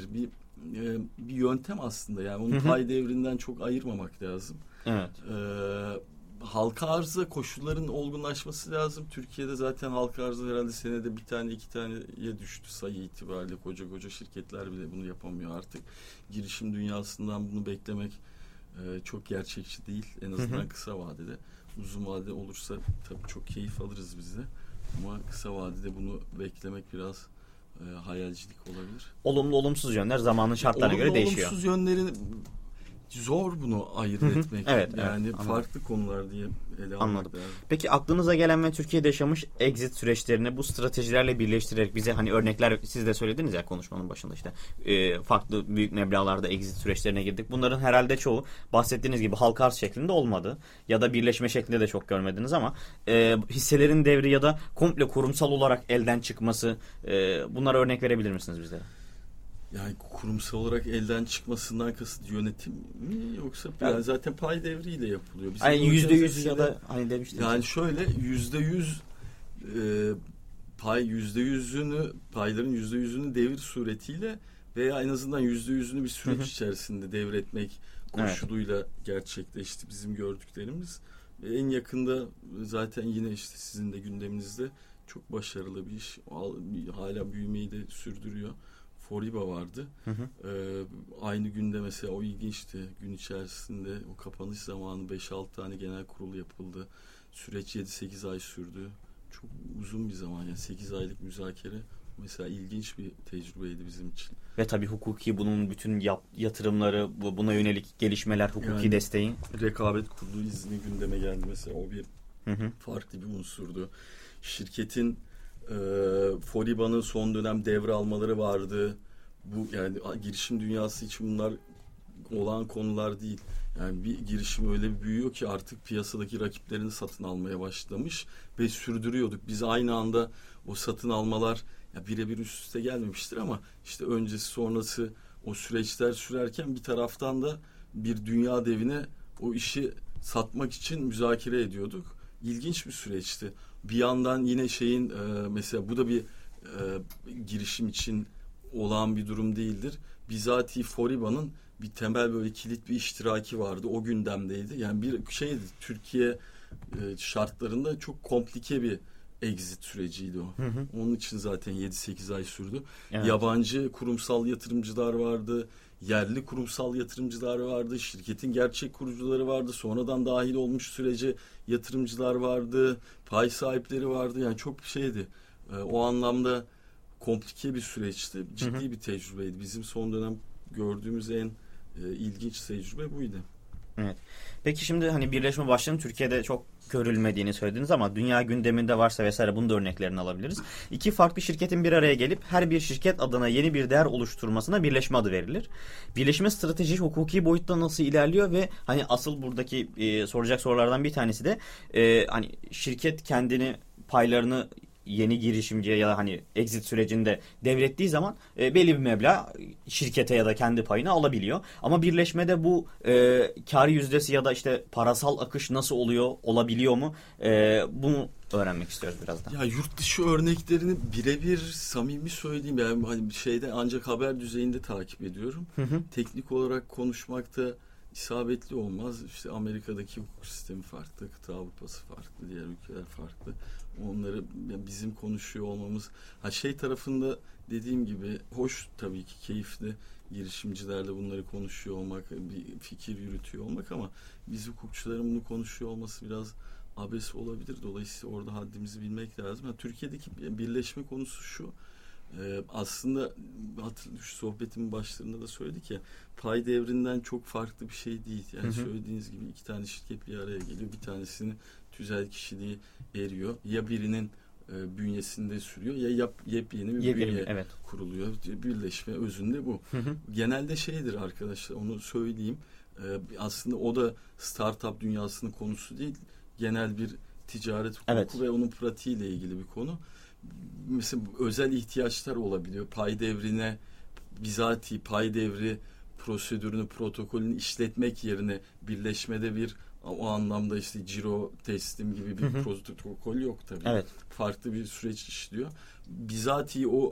bir yöntem aslında yani onu pay devrinden çok ayırmamak lazım. Evet. halka arzda koşulların olgunlaşması lazım. Türkiye'de zaten halka arzda herhalde senede bir tane iki taneye düştü sayı itibariyle. Koca şirketler bile bunu yapamıyor artık. Girişim dünyasından bunu beklemek çok gerçekçi değil. En azından kısa vadede. Uzun vadede olursa tabii çok keyif alırız biz de. Ama kısa vadede bunu beklemek biraz hayalcilik olabilir. Olumlu olumsuz yönler zamanın şartlarına göre değişiyor. Olumsuz yönlerini zor bunu ayırt etmek. Evet, yani evet, farklı konular diye ele almak lazım. Peki aklınıza gelen ve Türkiye'de yaşamış exit süreçlerini bu stratejilerle birleştirerek bize hani örnekler, siz de söylediniz ya konuşmanın başında, işte farklı büyük meblağlarda exit süreçlerine girdik. Bunların herhalde çoğu bahsettiğiniz gibi halka arz şeklinde olmadı ya da birleşme şeklinde de çok görmediniz ama hisselerin devri ya da komple kurumsal olarak elden çıkması, bunlara örnek verebilir misiniz bizlere? Yani kurumsal olarak elden çıkmasından kasıt yönetim mi yoksa yani zaten pay devriyle yapılıyor. Bizim yani %100 ya da hani demiştiniz. Yani şöyle %100 payların %100'ünü devir suretiyle veya en azından %100'ünü bir süreç içerisinde devretmek koşuluyla gerçekleşti bizim gördüklerimiz. En yakında zaten yine işte sizin de gündeminizde çok başarılı bir iş, hala büyümeyi de sürdürüyor. Foriba vardı. Aynı günde mesela o ilginçti. Gün içerisinde o kapanış zamanı 5-6 tane genel kurul yapıldı. Süreç 7-8 ay sürdü. Çok uzun bir zaman. Yani 8 aylık müzakere mesela ilginç bir tecrübeydi bizim için. Ve tabii hukuki bunun bütün yatırımları, buna yönelik gelişmeler, hukuki yani, desteği. Rekabet kurulu izni gündeme geldi mesela. O bir farklı bir unsurdu. Şirketin Foriba'nın son dönem devralmaları vardı. Bu yani girişim dünyası için bunlar olan konular değil. Yani bir girişim öyle bir büyüyor ki artık piyasadaki rakiplerini satın almaya başlamış ve sürdürüyorduk. Biz aynı anda o satın almalar birebir üst üste gelmemiştir ama işte öncesi sonrası o süreçler sürerken bir taraftan da bir dünya devine o işi satmak için müzakere ediyorduk. İlginç bir süreçti. Bir yandan yine mesela bu da bir girişim için olağan bir durum değildir. Bizatihi Foriba'nın bir temel böyle kilit bir iştiraki vardı. O gündemdeydi. Yani bir Türkiye şartlarında çok komplike bir exit süreciydi o. Onun için zaten 7-8 ay sürdü. Evet. Yabancı kurumsal yatırımcılar vardı. Yerli kurumsal yatırımcılar vardı. Şirketin gerçek kurucuları vardı. Sonradan dahil olmuş sürece yatırımcılar vardı. Pay sahipleri vardı. Yani çok şeydi. O anlamda komplike bir süreçti. Ciddi bir tecrübeydi. Bizim son dönem gördüğümüz en ilginç tecrübe buydu. Evet. Peki şimdi hani birleşme başlığının Türkiye'de çok görülmediğini söylediniz ama dünya gündeminde varsa vesaire bunun da örneklerini alabiliriz. İki farklı şirketin bir araya gelip her bir şirket adına yeni bir değer oluşturmasına birleşme adı verilir. Birleşme strateji hukuki boyutta nasıl ilerliyor ve hani asıl buradaki soracak sorulardan bir tanesi de hani şirket kendini, paylarını yeni girişimciye ya da hani exit sürecinde devrettiği zaman belli bir meblağ şirkete ya da kendi payını alabiliyor. Ama birleşmede bu kar yüzdesi ya da işte parasal akış nasıl oluyor, olabiliyor mu? Bunu öğrenmek istiyoruz birazdan. Ya yurt dışı örneklerini birebir samimi söyleyeyim yani hani ancak haber düzeyinde takip ediyorum. Teknik olarak konuşmakta isabetli olmaz. İşte Amerika'daki hukuk sistemi farklı, kıta Avrupa'sı farklı, diğer ülkeler farklı. Onları bizim konuşuyor olmamız tarafında dediğim gibi hoş, tabii ki keyifli girişimcilerle bunları konuşuyor olmak, bir fikir yürütüyor olmak ama biz hukukçuların bunu konuşuyor olması biraz abes olabilir. Dolayısıyla orada haddimizi bilmek lazım. Yani Türkiye'deki birleşme konusu şu. Aslında şu sohbetimin başlarında da söyledik ya, pay devrinden çok farklı bir şey değil. Yani söylediğiniz gibi iki tane şirket bir araya geliyor. Bir tanesinin tüzel kişiliği eriyor. Ya birinin bünyesinde sürüyor ya yepyeni bir bünye kuruluyor. Birleşme özünde bu. Genelde şeydir arkadaşlar, onu söyleyeyim. Aslında o da startup dünyasının konusu değil. Genel bir ticaret hukuku ve onun pratiğiyle ilgili bir konu. Mesela özel ihtiyaçlar olabiliyor. Pay devrine bizatihi pay devri prosedürünü, protokolünü işletmek yerine birleşmede o anlamda işte ciro teslim gibi bir protokol yok tabii. Farklı bir süreç işliyor. Bizatihi o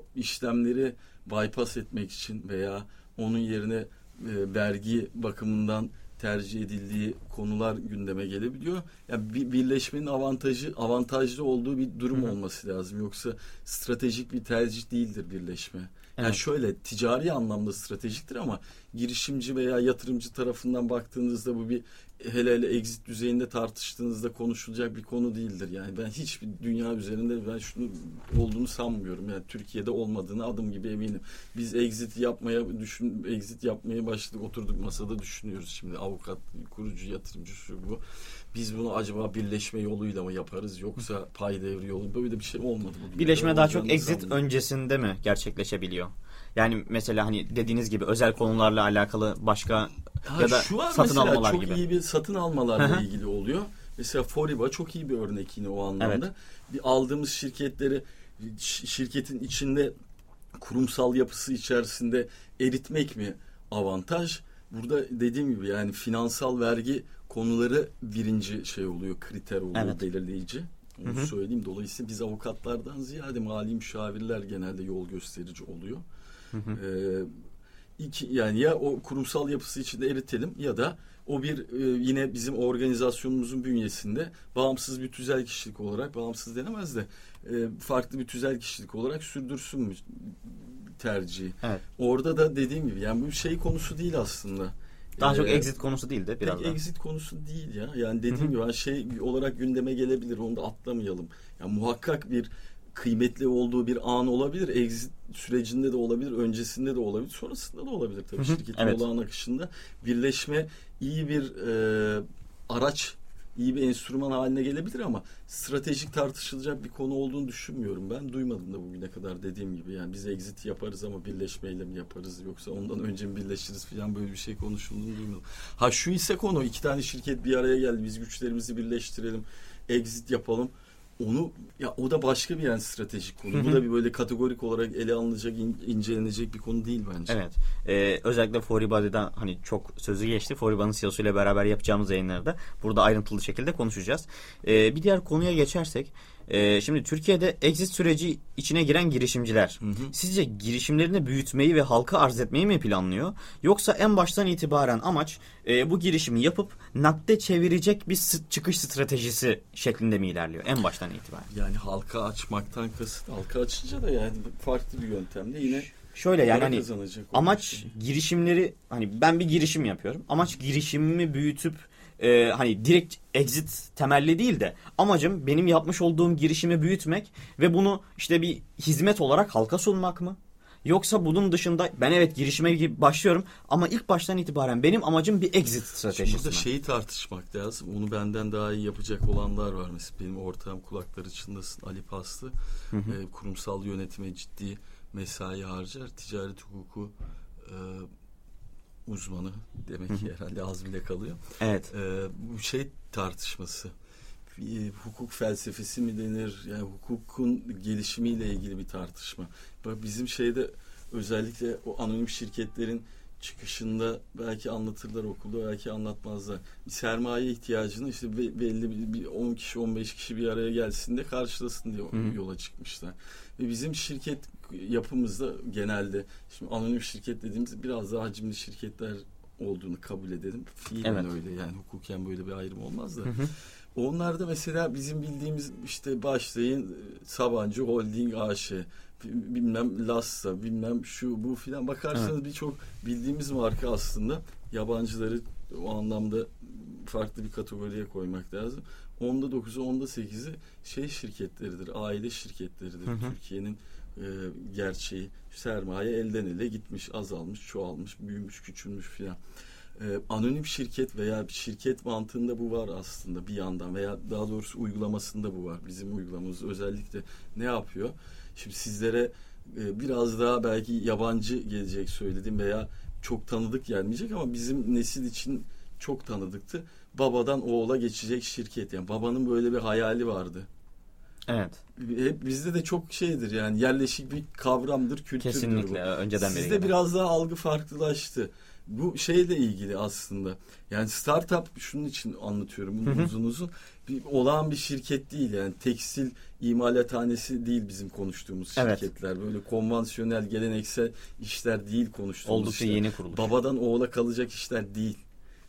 işlemleri bypass etmek için veya onun yerine vergi bakımından tercih edildiği konular gündeme gelebiliyor. Yani birleşmenin avantajlı olduğu bir durum olması lazım. Yoksa stratejik bir tercih değildir birleşme. Yani Evet. şöyle ticari anlamda stratejiktir ama girişimci veya yatırımcı tarafından baktığınızda bu bir hele exit düzeyinde tartıştığınızda konuşulacak bir konu değildir. Yani ben hiçbir dünya üzerinde ben şunu olduğunu sanmıyorum. Yani Türkiye'de olmadığını adım gibi eminim. Biz exit yapmaya başladık, oturduk masada düşünüyoruz şimdi, avukat, kurucu, yatırımcı, şu bu. Biz bunu acaba birleşme yoluyla mı yaparız yoksa pay devri yolu, böyle bir şey olmadı. Birleşme daha çok exit öncesinde mi gerçekleşebiliyor? Yani mesela hani dediğiniz gibi özel konularla alakalı başka ya da şu an satın almalar çok gibi. iyi bir satın almalarla ilgili oluyor. Mesela Foriba çok iyi bir örnek yine o anlamda. Evet. Bir aldığımız şirketleri şirketin içinde kurumsal yapısı içerisinde eritmek mi avantaj? Burada dediğim gibi yani finansal vergi konuları birinci şey oluyor, kriter oluyor, belirleyici. Onu söyleyeyim. Dolayısıyla biz avukatlardan ziyade mali müşavirler genelde yol gösterici oluyor. Yani ya o kurumsal yapısı içinde eritelim ya da o bir yine bizim organizasyonumuzun bünyesinde bağımsız bir tüzel kişilik olarak, bağımsız denemez de farklı bir tüzel kişilik olarak sürdürsün mü tercihi. Evet. Orada da dediğim gibi yani bu şey konusu değil aslında. Daha çok exit konusu değil de biraz pek daha. Exit konusu değil ya. Yani dediğim gibi şey olarak gündeme gelebilir. Onu da atlamayalım. Yani muhakkak bir kıymetli olduğu bir an olabilir. Exit sürecinde de olabilir, öncesinde de olabilir, sonrasında da olabilir tabii şirketin olağan akışında. Birleşme iyi bir araç, iyi bir enstrüman haline gelebilir ama stratejik tartışılacak bir konu olduğunu düşünmüyorum ben. Duymadım da bugüne kadar dediğim gibi. Yani biz exit yaparız ama birleşmeyle mi yaparız yoksa ondan önce mi birleşiriz falan, böyle bir şey konuşulduğunu duymadım. Ha şu ise konu, 2 tane şirket bir araya geldi, biz güçlerimizi birleştirelim, exit yapalım. Onu ya o da başka bir yani stratejik konu. Bu da bir böyle kategorik olarak ele alınacak, incelenecek bir konu değil bence. Evet. Özellikle Foriba'dan hani çok sözü geçti. Foriba'nın CEO'su ile beraber yapacağımız yayınlarda burada ayrıntılı şekilde konuşacağız. Bir diğer konuya geçersek, şimdi Türkiye'de exit süreci içine giren girişimciler sizce girişimlerini büyütmeyi ve halka arz etmeyi mi planlıyor? Yoksa en baştan itibaren amaç bu girişimi yapıp nakde çevirecek bir çıkış stratejisi şeklinde mi ilerliyor en baştan itibaren? Yani halka açmaktan kasıt, halka açınca da yani farklı bir yöntemle yine şöyle yani hani amaç şey. Girişimleri, hani ben bir girişim yapıyorum. Amaç girişimimi büyütüp hani direkt exit temelli değil de amacım benim yapmış olduğum girişimi büyütmek ve bunu işte bir hizmet olarak halka sunmak mı? Yoksa bunun dışında ben evet girişime gibi başlıyorum ama ilk baştan itibaren benim amacım bir exit stratejisi mi? Burada şeyi tartışmak lazım. Onu benden daha iyi yapacak olanlar var. Mesela benim ortağım, kulakları çınlasın, Ali Paslı. Kurumsal yönetime ciddi mesai harcar. Ticaret hukuku uzmanı demek ki herhalde az bile kalıyor. Evet. Bu şey tartışması. Hukuk felsefesi mi denir? Yani hukukun gelişimiyle ilgili bir tartışma. Bak bizim şeyde özellikle o anonim şirketlerin çıkışında belki anlatırlar okulda, belki anlatmazlar. Bir sermaye ihtiyacını işte belli bir 10 kişi 15 kişi bir araya gelsin de karşılasın diye yola çıkmışlar. Ve bizim şirket yapımızda genelde şimdi anonim şirket dediğimiz biraz daha hacimli şirketler olduğunu kabul edelim. Fiilen öyle yani, hukuken böyle bir ayrım olmaz da. Onlarda mesela bizim bildiğimiz işte başlayın Sabancı Holding AŞ, bilmem Lassa, bilmem şu bu filan, bakarsanız birçok bildiğimiz marka aslında yabancıları o anlamda farklı bir kategoriye koymak lazım. Onda 9'u onda 8'i şey şirketleridir, aile şirketleridir. Türkiye'nin gerçeği, sermaye elden ele gitmiş, azalmış, çoğalmış, büyümüş, küçülmüş filan. Anonim şirket veya şirket mantığında bu var aslında bir yandan, veya daha doğrusu uygulamasında bu var. Bizim uygulamamız özellikle ne yapıyor? Şimdi sizlere biraz daha belki yabancı gelecek söyledim veya çok tanıdık gelmeyecek ama bizim nesil için çok tanıdıktı. Babadan oğula geçecek şirket, yani babanın böyle bir hayali vardı. Evet. Hep bizde de çok şeydir yani, yerleşik bir kavramdır, kültürdür. Kesinlikle bu. önceden beri. Sizde biraz daha algı farklılaştı. Bu şeyle ilgili aslında. Yani startup, şunun için anlatıyorum bunu uzun uzun. Olağan bir şirket değil yani, tekstil imalathanesi değil bizim konuştuğumuz şirketler. Evet. Böyle konvansiyonel, geleneksel işler değil konuştuğumuz oldukça işler. yeni kuruluş. Babadan oğula kalacak işler değil.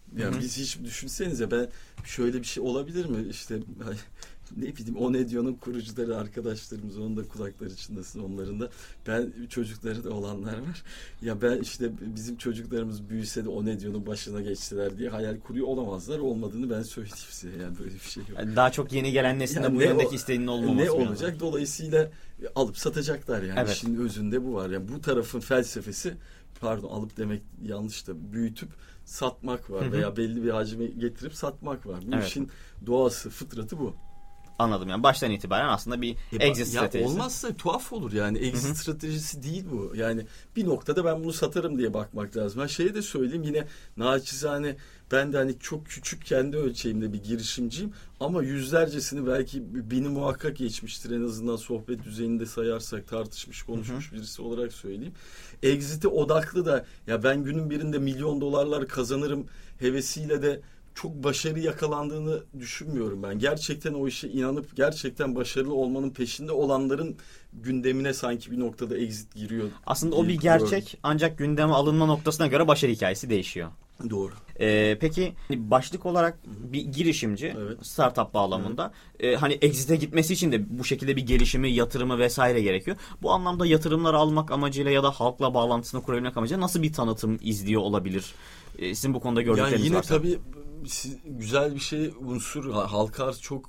Yani biz hiç düşünsenize, ben şöyle bir şey olabilir mi? İşte ne bileyim, Onedio'nun kurucuları arkadaşlarımız, onun da kulakları çınlasın onların da. Ben, çocukları da olanlar var. Ya ben işte bizim çocuklarımız büyüse de Onedio'nun başına geçtiler diye hayal kuruyor olamazlar. Olmadığını ben söyleyeyim size. Yani böyle bir şey yok. Yani daha çok yeni gelen neslinde Yani bu yöndeki isteğinin olmaması. Ne olacak? Yani. Dolayısıyla alıp satacaklar yani. Evet. İşin özünde bu var. Yani bu tarafın felsefesi, pardon alıp demek yanlış da, büyütüp satmak var veya belli bir hacme getirip satmak var. Bu işin doğası, fıtratı bu. Anladım, yani baştan itibaren aslında bir exit stratejisi. Olmazsa tuhaf olur yani, exit stratejisi değil bu. Yani bir noktada ben bunu satarım diye bakmak lazım. Ben şeye de söyleyeyim, yine naçizane, ben de hani çok küçük kendi ölçeğimde bir girişimciyim ama yüzlercesini, belki bini muhakkak geçmiştir, en azından sohbet düzeyinde sayarsak, tartışmış konuşmuş birisi olarak söyleyeyim. Exit'e odaklı da, ya ben günün birinde milyon dolarlar kazanırım hevesiyle de çok başarı yakalandığını düşünmüyorum ben. Gerçekten o işe inanıp gerçekten başarılı olmanın peşinde olanların gündemine sanki bir noktada exit giriyor. Aslında o bir gerçek, ancak gündeme alınma noktasına göre başarı hikayesi değişiyor. Doğru. Peki başlık olarak bir girişimci, startup bağlamında hani exit'e gitmesi için de bu şekilde bir gelişimi, yatırımı vesaire gerekiyor. Bu anlamda yatırımları almak amacıyla ya da halkla bağlantısını kurabilmek amacıyla nasıl bir tanıtım izliyor olabilir? Sizin bu konuda gördükleriniz yani yine varsa. Tabii güzel bir şey, unsur, halka arz çok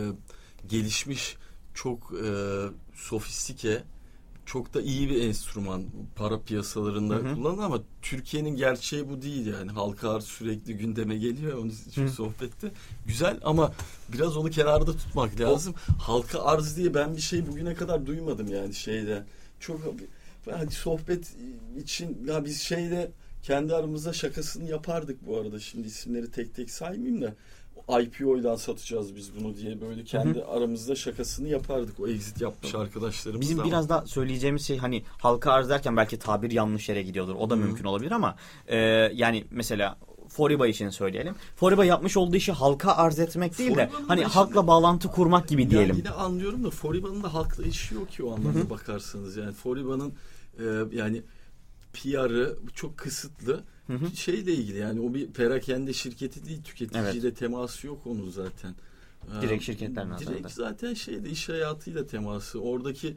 gelişmiş, çok sofistike, çok da iyi bir enstrüman para piyasalarında kullanılan, ama Türkiye'nin gerçeği bu değil yani. Halka arz sürekli gündeme geliyor onun için sohbette. Güzel ama biraz onu kenarda tutmak lazım. Halka arz diye ben bir şey bugüne kadar duymadım yani şeyde. Çok hani sohbet için ya biz şeyde kendi aramızda şakasını yapardık bu arada. Şimdi isimleri tek tek saymayayım da, IPO'dan satacağız biz bunu diye böyle kendi aramızda şakasını yapardık. O exit yapmış arkadaşlarımız. Bizim biraz da söyleyeceğimiz şey, hani halka arz derken belki tabir yanlış yere gidiyordur. O da mümkün olabilir ama yani mesela Foriba için söyleyelim. Foriba yapmış olduğu işi halka arz etmek değil de hani halkla bağlantı kurmak gibi diyelim. Yine anlıyorum da Foriba'nın da halkla işi yok ki o anlamda bakarsanız. Yani Foriba'nın yani PR'ı çok kısıtlı. Şeyle ilgili yani, o bir perakende şirketi değil, tüketiciyle teması yok onun zaten. Direkt şirketler nazarında. Direkt zaten iş hayatıyla teması. Oradaki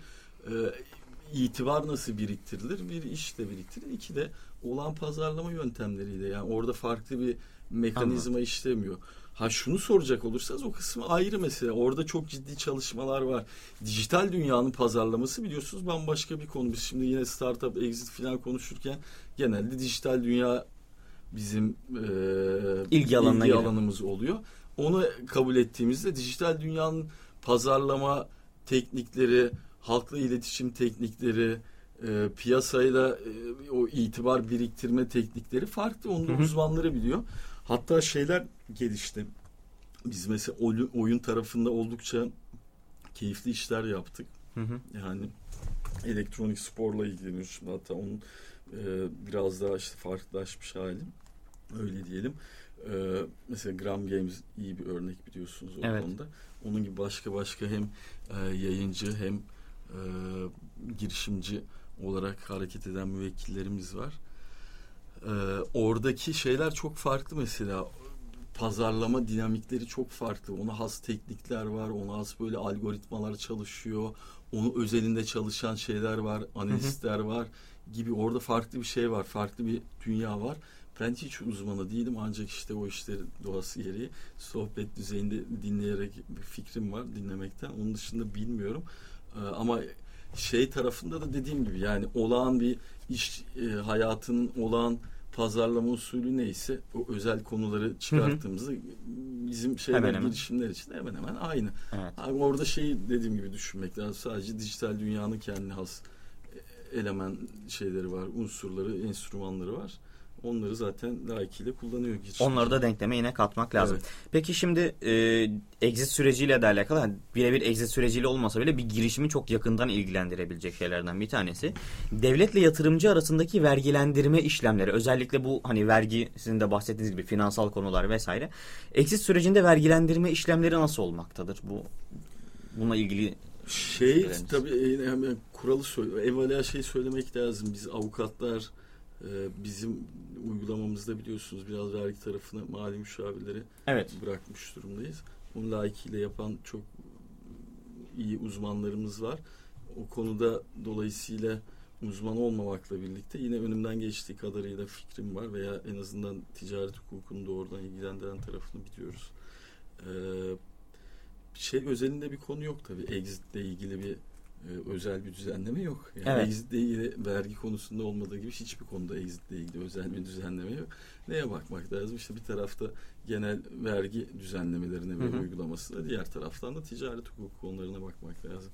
itibar nasıl biriktirilir? Bir, işle biriktirilir. İki de olan pazarlama yöntemleriyle. Yani orada farklı bir mekanizma işlemiyor. Şunu soracak olursanız, o kısmı ayrı mesele. Orada çok ciddi çalışmalar var. Dijital dünyanın pazarlaması biliyorsunuz bambaşka bir konu. Biz şimdi yine startup, exit falan konuşurken genelde dijital dünya bizim ilgi alanımız oluyor. Onu kabul ettiğimizde dijital dünyanın pazarlama teknikleri, halkla iletişim teknikleri, piyasayla o itibar biriktirme teknikleri farklı. Onu da uzmanları biliyor. Hatta şeyler gelişti. Biz mesela oyun tarafında oldukça keyifli işler yaptık. Yani elektronik sporla ilgileniyoruz. Hatta onun biraz daha farklılaşmış hali. Öyle diyelim. Mesela Gram Games iyi bir örnek, biliyorsunuz o konuda. Onun gibi başka hem yayıncı hem girişimci olarak hareket eden müvekkillerimiz var. Oradaki şeyler çok farklı mesela. Pazarlama dinamikleri çok farklı. Ona has teknikler var. Ona has böyle algoritmalar çalışıyor. Onun özelinde çalışan şeyler var. Analistler var gibi. Orada farklı bir şey var. Farklı bir dünya var. Ben hiç uzmanı değilim. Ancak işte o işlerin doğası gereği sohbet düzeyinde dinleyerek bir fikrim var, dinlemekten. Onun dışında bilmiyorum. Ama tarafında da dediğim gibi yani olağan bir iş hayatının olağan pazarlama usulü neyse, o özel konuları çıkarttığımızda bizim girişimler için hemen hemen aynı. Evet. Orada dediğim gibi düşünmek lazım. Sadece dijital dünyanın kendine has eleman şeyleri var, unsurları, enstrümanları var. Onları zaten layıkıyla kullanıyor. Onları da denkleme yine katmak lazım. Evet. Peki şimdi exit süreciyle de alakalı, yani birebir exit süreciyle olmasa bile bir girişimi çok yakından ilgilendirebilecek şeylerden bir tanesi. Devletle yatırımcı arasındaki vergilendirme işlemleri. Özellikle bu hani vergi, sizin de bahsettiğiniz gibi finansal konular vesaire. Exit sürecinde vergilendirme işlemleri nasıl olmaktadır? Bununla ilgili tabii hemen kuralı evvela söylemek lazım. Biz avukatlar Bizim uygulamamızda biliyorsunuz biraz vergi tarafını mali müşavirlere bırakmış durumdayız. Bunu layıkıyla yapan çok iyi uzmanlarımız var. O konuda dolayısıyla uzman olmamakla birlikte yine önümden geçtiği kadarıyla fikrim var veya en azından ticaret hukukunu doğrudan ilgilendiren tarafını biliyoruz. Özelinde bir konu yok tabii. Exitle ilgili bir özel bir düzenleme yok. Yani exitle ilgili vergi konusunda olmadığı gibi hiçbir konuda exitle ilgili özel bir düzenleme yok. Neye bakmak lazım? İşte bir tarafta genel vergi düzenlemelerine ve uygulamasına, diğer taraftan da ticaret hukuku konularına bakmak lazım.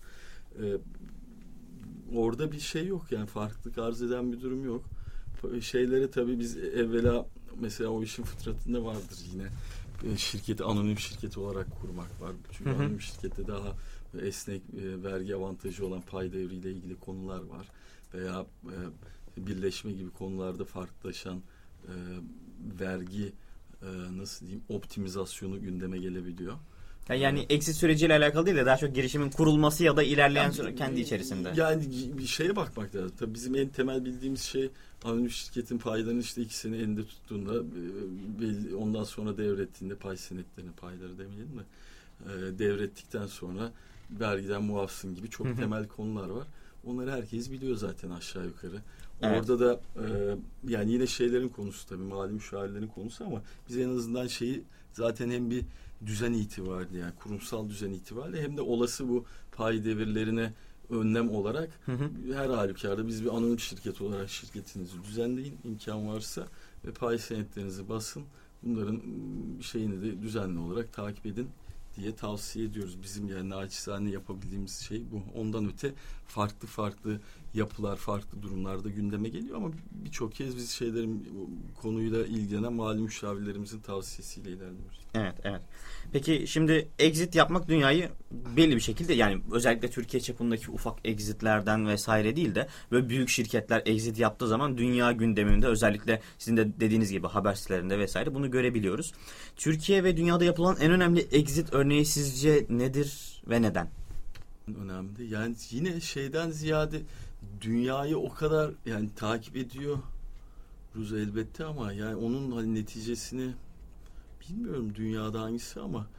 Orada bir şey yok yani, farklılık arz eden bir durum yok. Şeylere tabii biz evvela mesela o işin fıtratında vardır yine. Şirketi anonim şirket olarak kurmak var. Çünkü anonim şirkette daha esnek vergi avantajı olan pay devriyle ilgili konular var. Veya birleşme gibi konularda farklılaşan vergi nasıl diyeyim optimizasyonu gündeme gelebiliyor. Yani exit süreciyle alakalı değil de daha çok girişimin kurulması ya da ilerleyen süre kendi içerisinde. Yani bir şeye bakmak lazım. Tabii bizim en temel bildiğimiz şey anonim şirketin paylarını işte 2 sene elinde tuttuğunda ondan sonra devrettiğinde pay senetlerini, payları demeyelim de devrettikten sonra vergiden muafsın gibi çok temel konular var. Onları herkes biliyor zaten aşağı yukarı. Evet. Orada da yani yine şeylerin konusu tabii mali müşavirlerin konusu ama biz en azından şeyi zaten hem bir düzen itibariyle yani kurumsal düzen itibariyle hem de olası bu pay devirlerine önlem olarak her halükarda biz bir anonim şirket olarak şirketinizi düzenleyin imkan varsa ve pay senetlerinizi basın. Bunların şeyini de düzenli olarak takip edin diye tavsiye ediyoruz. Bizim yani naçizane yapabildiğimiz şey bu. Ondan öte farklı yapılar, farklı durumlarda gündeme geliyor ama birçok kez biz konuyla ilgilenen mali müşavirlerimizin tavsiyesiyle ilerliyoruz. Evet. Peki şimdi exit yapmak dünyayı belli bir şekilde yani özellikle Türkiye çapındaki ufak exitlerden vesaire değil de böyle büyük şirketler exit yaptığı zaman dünya gündeminde özellikle sizin de dediğiniz gibi haber sitelerinde vesaire bunu görebiliyoruz. Türkiye ve dünyada yapılan en önemli exit örneği sizce nedir ve neden? Önemli. Yani yine şeyden ziyade dünyayı o kadar yani takip ediyoruz elbette ama yani onun hani neticesini bilmiyorum dünyada hangisi ama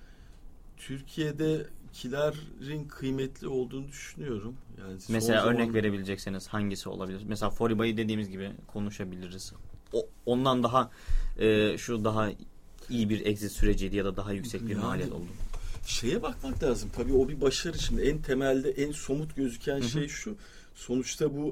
Türkiye'dekilerin kıymetli olduğunu düşünüyorum. Yani mesela örnek verebilecekseniz hangisi olabilir? Mesela Foriba'yı dediğimiz gibi konuşabiliriz. Ondan daha daha iyi bir exit süreciydi ya da daha yüksek bir maliyet oldu. Şeye bakmak lazım. Tabii o bir başarı. Şimdi en temelde en somut gözüken şey şu. Sonuçta bu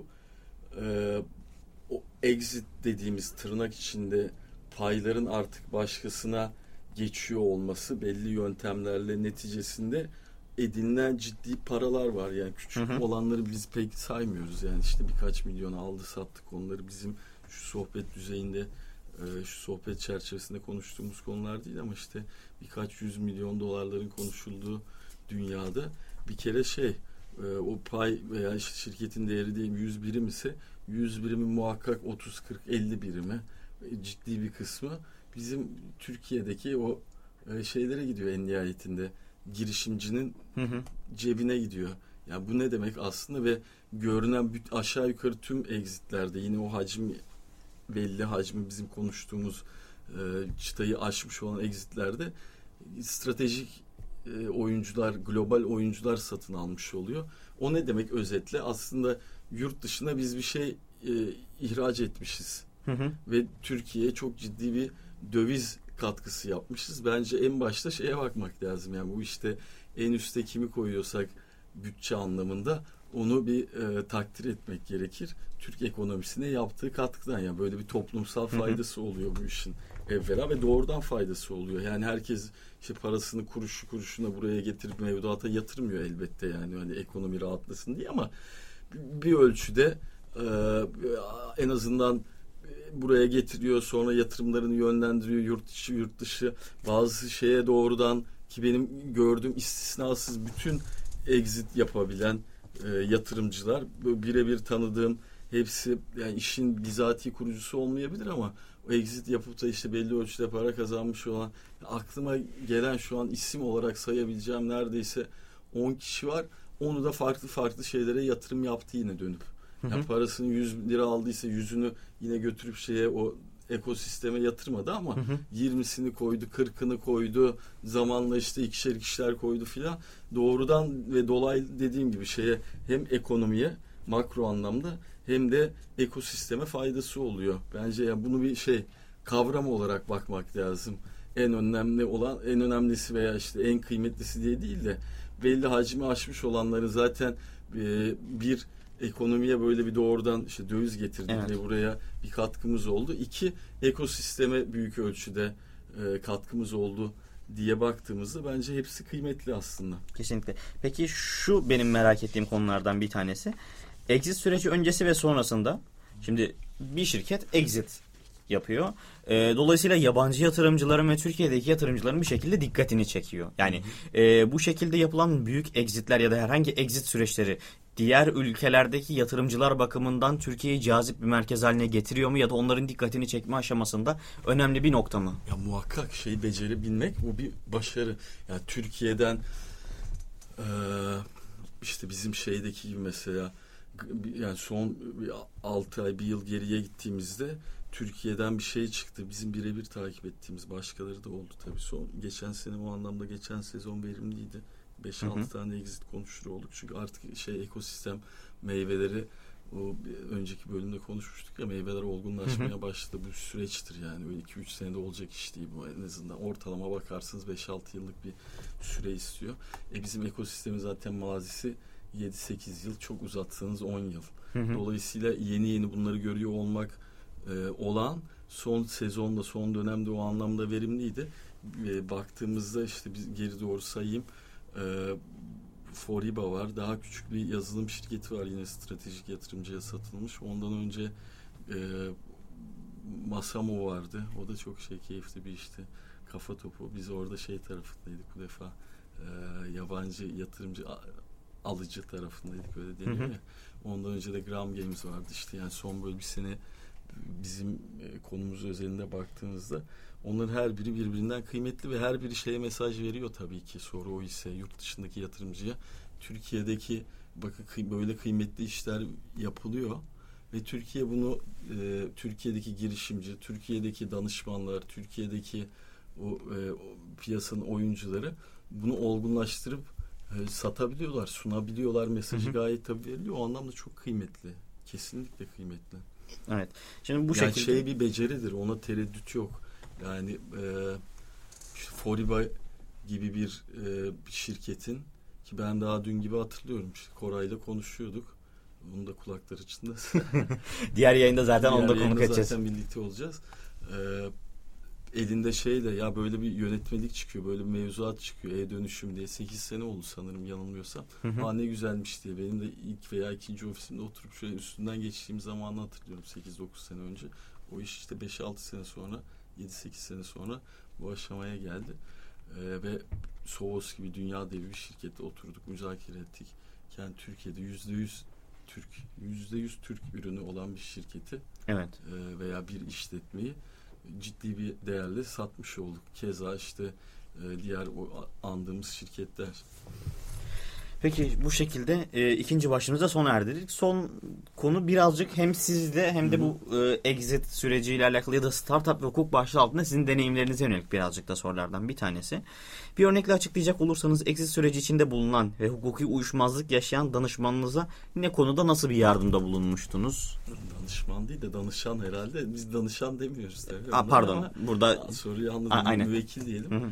o exit dediğimiz tırnak içinde payların artık başkasına geçiyor olması belli yöntemlerle neticesinde edinilen ciddi paralar var. Yani küçük olanları biz pek saymıyoruz. Yani işte birkaç milyona aldı sattık onları bizim şu sohbet düzeyinde şu sohbet çerçevesinde konuştuğumuz konular değil ama işte birkaç 100 milyon dolarların konuşulduğu dünyada bir kere o pay veya işte şirketin değeri diyelim 100 birim ise 100 birimin muhakkak 30, 40, 50 birimi ciddi bir kısmı bizim Türkiye'deki o şeylere gidiyor en nihayetinde. Girişimcinin cebine gidiyor. Yani bu ne demek aslında ve görünen aşağı yukarı tüm exitlerde yine o belli hacmi bizim konuştuğumuz çıtayı aşmış olan exitlerde stratejik oyuncular, global oyuncular satın almış oluyor. O ne demek özetle? Aslında yurt dışına biz bir şey ihraç etmişiz. Ve Türkiye'ye çok ciddi bir döviz katkısı yapmışız. Bence en başta şeye bakmak lazım. Yani bu işte en üste kimi koyuyorsak bütçe anlamında onu bir takdir etmek gerekir. Türk ekonomisine yaptığı katkıdan yani böyle bir toplumsal faydası oluyor bu işin evvela ve doğrudan faydası oluyor. Yani herkes işte parasını kuruşu kuruşuna buraya getirip mevduata yatırmıyor elbette yani hani ekonomi rahatlasın diye ama bir ölçüde en azından buraya getiriyor sonra yatırımlarını yönlendiriyor yurt dışı bazı şeye doğrudan ki benim gördüğüm istisnasız bütün exit yapabilen yatırımcılar birebir tanıdığım hepsi yani işin bizatihi kurucusu olmayabilir ama o exit yapıp da işte belli ölçüde para kazanmış olan aklıma gelen şu an isim olarak sayabileceğim neredeyse 10 kişi var. Onu da farklı şeylere yatırım yaptı yine dönüp. Yani parasını 100 lira aldıysa 100'ünü yine götürüp o ekosisteme yatırmadı ama 20'sini koydu, 40'ını koydu, zamanla işte ikişer ikişer koydu filan. Doğrudan ve dolaylı dediğim gibi hem ekonomiye makro anlamda hem de ekosisteme faydası oluyor. Bence ya bunu bir kavram olarak bakmak lazım. En önemlisi veya işte en kıymetlisi diye değil de belli hacmi aşmış olanları zaten bir ekonomiye böyle bir doğrudan döviz getirdik ve buraya bir katkımız oldu. 2 ekosisteme büyük ölçüde katkımız oldu diye baktığımızda bence hepsi kıymetli aslında. Kesinlikle. Peki şu benim merak ettiğim konulardan bir tanesi. Exit süreci öncesi ve sonrasında şimdi bir şirket exit yapıyor. Dolayısıyla yabancı yatırımcıların ve Türkiye'deki yatırımcıların bir şekilde dikkatini çekiyor. Yani bu şekilde yapılan büyük exitler ya da herhangi exit süreçleri diğer ülkelerdeki yatırımcılar bakımından Türkiye'yi cazip bir merkez haline getiriyor mu ya da onların dikkatini çekme aşamasında önemli bir nokta mı? Ya muhakkak becerebilmek bu bir başarı. Yani Türkiye'den işte bizim şeydeki gibi mesela yani son 6 ay 1 yıl geriye gittiğimizde Türkiye'den bir şey çıktı. Bizim birebir takip ettiğimiz başkaları da oldu tabii. Geçen sene o anlamda geçen sezon verimliydi. 5-6 tane exit konuşur olduk. Çünkü artık ekosistem meyveleri o önceki bölümde konuşmuştuk ya meyveler olgunlaşmaya başladı. Bu süreçtir yani. Öyle 2-3 senede olacak iş değil bu en azından. Ortalama bakarsınız 5-6 yıllık bir süre istiyor. Bizim ekosistemin zaten mazisi 7-8 yıl, çok uzatsanız 10 yıl. Dolayısıyla yeni bunları görüyor olmak olan son sezonda, son dönemde o anlamda verimliydi. Baktığımızda işte biz geri doğru sayayım. Foriba var. Daha küçük bir yazılım şirketi var. Yine stratejik yatırımcıya satılmış. Ondan önce Masamo vardı. O da çok keyifli bir işti. Kafa topu. Biz orada tarafındaydık bu defa. Yabancı yatırımcı alıcı tarafındaydık öyle deniyor ya. Ondan önce de Gram Games vardı işte. Yani son böyle bir sene bizim konumuz özelinde baktığımızda onların her biri birbirinden kıymetli ve her biri mesaj veriyor tabii ki. Soru o ise yurt dışındaki yatırımcıya Türkiye'deki bakın böyle kıymetli işler yapılıyor ve Türkiye bunu Türkiye'deki girişimci, Türkiye'deki danışmanlar, Türkiye'deki o piyasanın oyuncuları bunu olgunlaştırıp satabiliyorlar, sunabiliyorlar. Mesajı gayet tabii veriliyor. O anlamda çok kıymetli. Kesinlikle kıymetli. Evet. Şimdi bu şekilde bir beceridir. Ona tereddüt yok. Yani Foriba gibi bir şirketin ki ben daha dün gibi hatırlıyorum. Koray'la konuşuyorduk. Onun da kulakları içinde. Diğer yayında zaten onunla konuk edeceğiz. Zaten birlikte olacağız. Elinde ya böyle bir yönetmelik çıkıyor. Böyle bir mevzuat çıkıyor. E-dönüşüm diye. 8 sene oldu sanırım yanılmıyorsam. Ne güzelmiş diye. Benim de ilk veya ikinci ofisimde oturup şöyle üstünden geçtiğim zamanı hatırlıyorum. 8-9 sene önce. O iş işte 5-6 sene sonra 7-8 sene sonra bu aşamaya geldi. Ve Sovos gibi dünya devi bir şirkette oturduk. Müzakere ettik. Yani Türkiye'de %100 Türk ürünü olan bir şirketi veya bir işletmeyi ciddi bir değerle satmış olduk. Keza diğer o andığımız şirketler. Peki bu şekilde ikinci başlığımıza sona erdirdik. Son konu birazcık hem sizde hem de bu exit süreciyle alakalı ya da startup ve hukuk başlığı altında sizin deneyimlerinize yönelik birazcık da sorulardan bir tanesi. Bir örnekle açıklayacak olursanız exit süreci içinde bulunan ve hukuki uyuşmazlık yaşayan danışmanınıza ne konuda nasıl bir yardımda bulunmuştunuz? Danışman değil de danışan herhalde. Biz danışan demiyoruz tabii. Pardon. Burada soruyu anladım. Aynen. Müvekkil diyelim.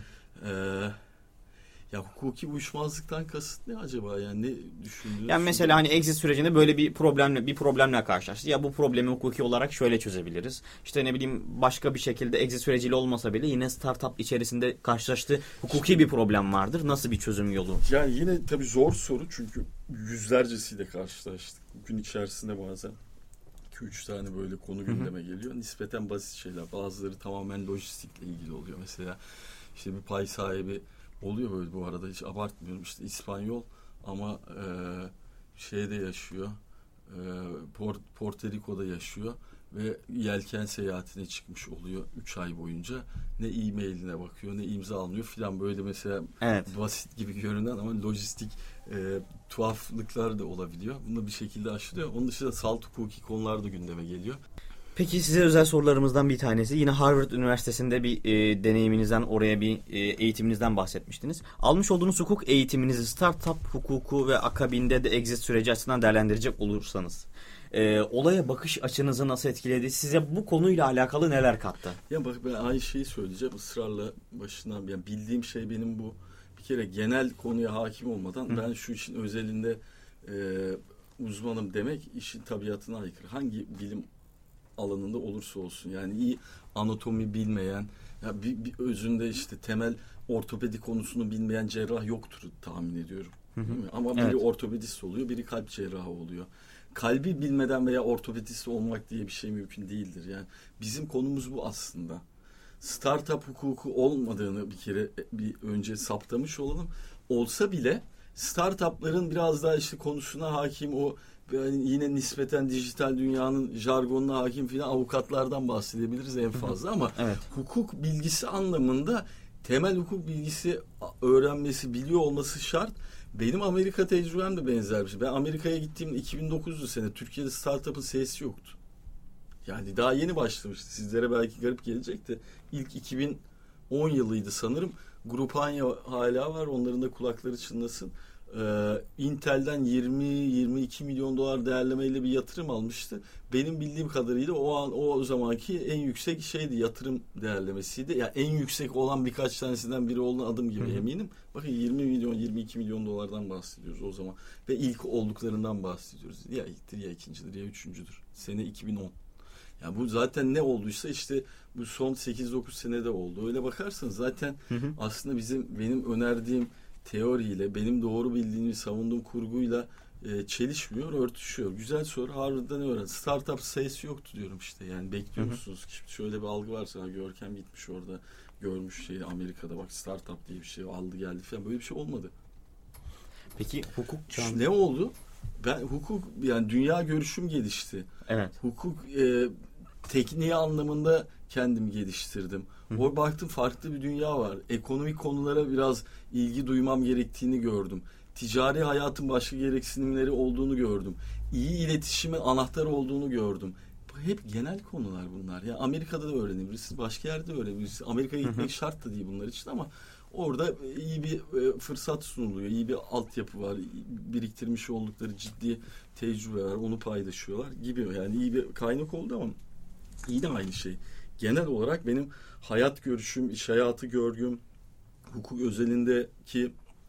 Ya hukuki uyuşmazlıktan kasıt ne acaba? Yani ne düşündüğünüz? Yani mesela exit sürecinde böyle bir problemle karşılaştık. Ya bu problemi hukuki olarak şöyle çözebiliriz. İşte ne bileyim başka bir şekilde exit süreciyle olmasa bile yine startup içerisinde karşılaştığı hukuki bir problem vardır. Nasıl bir çözüm yolu? Yani yine tabii zor soru çünkü yüzlercesiyle karşılaştık. Gün içerisinde bazen 2-3 tane böyle konu gündeme geliyor. Nispeten basit şeyler. Bazıları tamamen lojistikle ilgili oluyor. Mesela bir pay sahibi oluyor böyle, bu arada hiç abartmıyorum, İspanyol ama şeyde yaşıyor, Porto Rico'da yaşıyor ve yelken seyahatine çıkmış oluyor 3 ay boyunca. Ne e-mailine bakıyor, ne imza almıyor filan, böyle mesela basit gibi görünen ama lojistik tuhaflıklar da olabiliyor. Bunu bir şekilde aşılıyor. Onun dışında salt hukuki konular da gündeme geliyor. Peki size özel sorularımızdan bir tanesi. Yine Harvard Üniversitesi'nde bir deneyiminizden, oraya bir eğitiminizden bahsetmiştiniz. Almış olduğunuz hukuk eğitiminizi startup hukuku ve akabinde de exit süreci açısından değerlendirecek olursanız, olaya bakış açınızı nasıl etkiledi? Size bu konuyla alakalı neler kattı? Ya bak, ben aynı şeyi söyleyeceğim ısrarla başından. Yani bildiğim şey benim bu. Bir kere genel konuya hakim olmadan ben şu işin özelinde uzmanım demek işin tabiatına aykırı. Hangi bilim alanında olursa olsun, yani iyi anatomi bilmeyen, ya bir özünde işte temel ortopedi konusunu bilmeyen cerrah yoktur tahmin ediyorum. Değil mi? Ama biri ortopedist oluyor, biri kalp cerrahı oluyor. Kalbi bilmeden veya ortopedist olmak diye bir şey mümkün değildir. Yani bizim konumuz bu aslında. Startup hukuku olmadığını bir kere bir önce saptamış olalım. Olsa bile startupların biraz daha işte konusuna hakim, o yani yine nispeten dijital dünyanın jargonuna hakim filan avukatlardan bahsedebiliriz en fazla ama hukuk bilgisi anlamında temel hukuk bilgisi öğrenmesi, biliyor olması şart. Benim Amerika tecrübem de benzer bir şey. Ben Amerika'ya gittiğim 2009'lu sene Türkiye'de startup'ın sesi yoktu. Yani daha yeni başlamıştı. Sizlere belki garip gelecekti. İlk 2010 yılıydı sanırım. Grupanya hala var. Onların da kulakları çınlasın. Intel'den 20-22 milyon dolar değerlemeyle bir yatırım almıştı. Benim bildiğim kadarıyla o zamanki en yüksek şeydi, yatırım değerlemesiydi. Ya yani en yüksek olan birkaç tanesinden biri olduğuna adım gibi eminim. Bakın 20 milyon 22 milyon dolardan bahsediyoruz o zaman ve ilk olduklarından bahsediyoruz. Ya ilktir ya ikincidir ya üçüncüdür. Sene 2010. Yani bu zaten ne olduysa işte bu son 8-9 senede oldu. Öyle bakarsanız zaten aslında benim önerdiğim teoriyle, benim doğru bildiğimi savunduğum kurguyla çelişmiyor, örtüşüyor. Güzel soru. Harvard'da ne öğrendin? Startup sayısı yoktu diyorum işte. Yani bekliyor musunuz? Şimdi şöyle bir algı varsa, Görkem gitmiş orada görmüş Amerika'da bak startup diye bir şey aldı geldi falan, böyle bir şey olmadı. Peki hukuk ne oldu? Ben hukuk, yani dünya görüşüm gelişti. Evet. Hukuk tekniği anlamında kendimi geliştirdim. Orada baktım farklı bir dünya var. Ekonomik konulara biraz ilgi duymam gerektiğini gördüm. Ticari hayatın başka gereksinimleri olduğunu gördüm. İyi iletişimin anahtarı olduğunu gördüm. Hep genel konular bunlar. Ya Amerika'da da öğrenebilirsiniz, başka yerde de öğrenebilirsiniz. Amerika'ya gitmek şart da değil bunlar için ama orada iyi bir fırsat sunuluyor. İyi bir altyapı var. Biriktirmiş oldukları ciddi tecrübe var. Onu paylaşıyorlar gibi. Yani iyi bir kaynak oldu ama yine aynı şey. Genel olarak benim hayat görüşüm, iş hayatı görgüm, hukuk özelindeki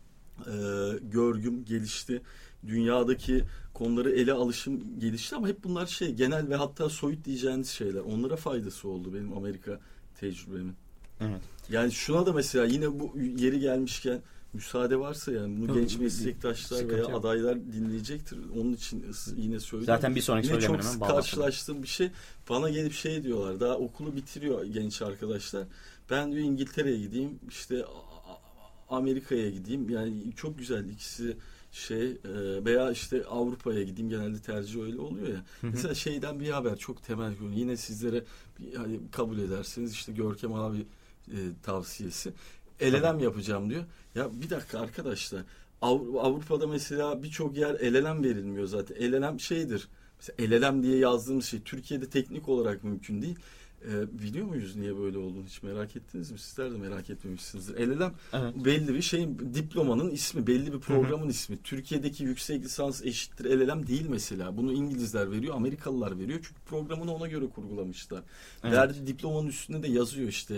görgüm gelişti. Dünyadaki konuları ele alışım gelişti ama hep bunlar genel ve hatta soyut diyeceğiniz şeyler. Onlara faydası oldu benim Amerika tecrübemin. Evet. Yani şuna da mesela yine bu yeri gelmişken müsaade varsa, yani bunu genç meslektaşlar veya adaylar dinleyecektir. Onun için yine söyleyeyim. Zaten bir sonraki yine çok hemen karşılaştığım bir şey. Bana gelip diyorlar. Daha okulu bitiriyor genç arkadaşlar. Ben diyor İngiltere'ye gideyim, işte Amerika'ya gideyim. Yani çok güzel ikisi veya işte Avrupa'ya gideyim, genelde tercih öyle oluyor ya. Mesela şeyden bir haber, çok temel konu. Yine sizlere hani kabul ederseniz işte Görkem abi tavsiyesi. LLM yapacağım diyor. Ya bir dakika arkadaşlar. Avrupa'da mesela birçok yer LLM verilmiyor zaten. LLM şeydir. Mesela LLM diye yazdığımız şey Türkiye'de teknik olarak mümkün değil. Biliyor muyuz niye böyle olduğunu, hiç merak ettiniz mi? Sizler de merak etmemişsinizdir. LLM belli bir diplomanın ismi, belli bir programın ismi. Türkiye'deki yüksek lisans eşittir LLM değil mesela. Bunu İngilizler veriyor, Amerikalılar veriyor. Çünkü programını ona göre kurgulamışlar. Verdiği diplomanın üstünde de yazıyor işte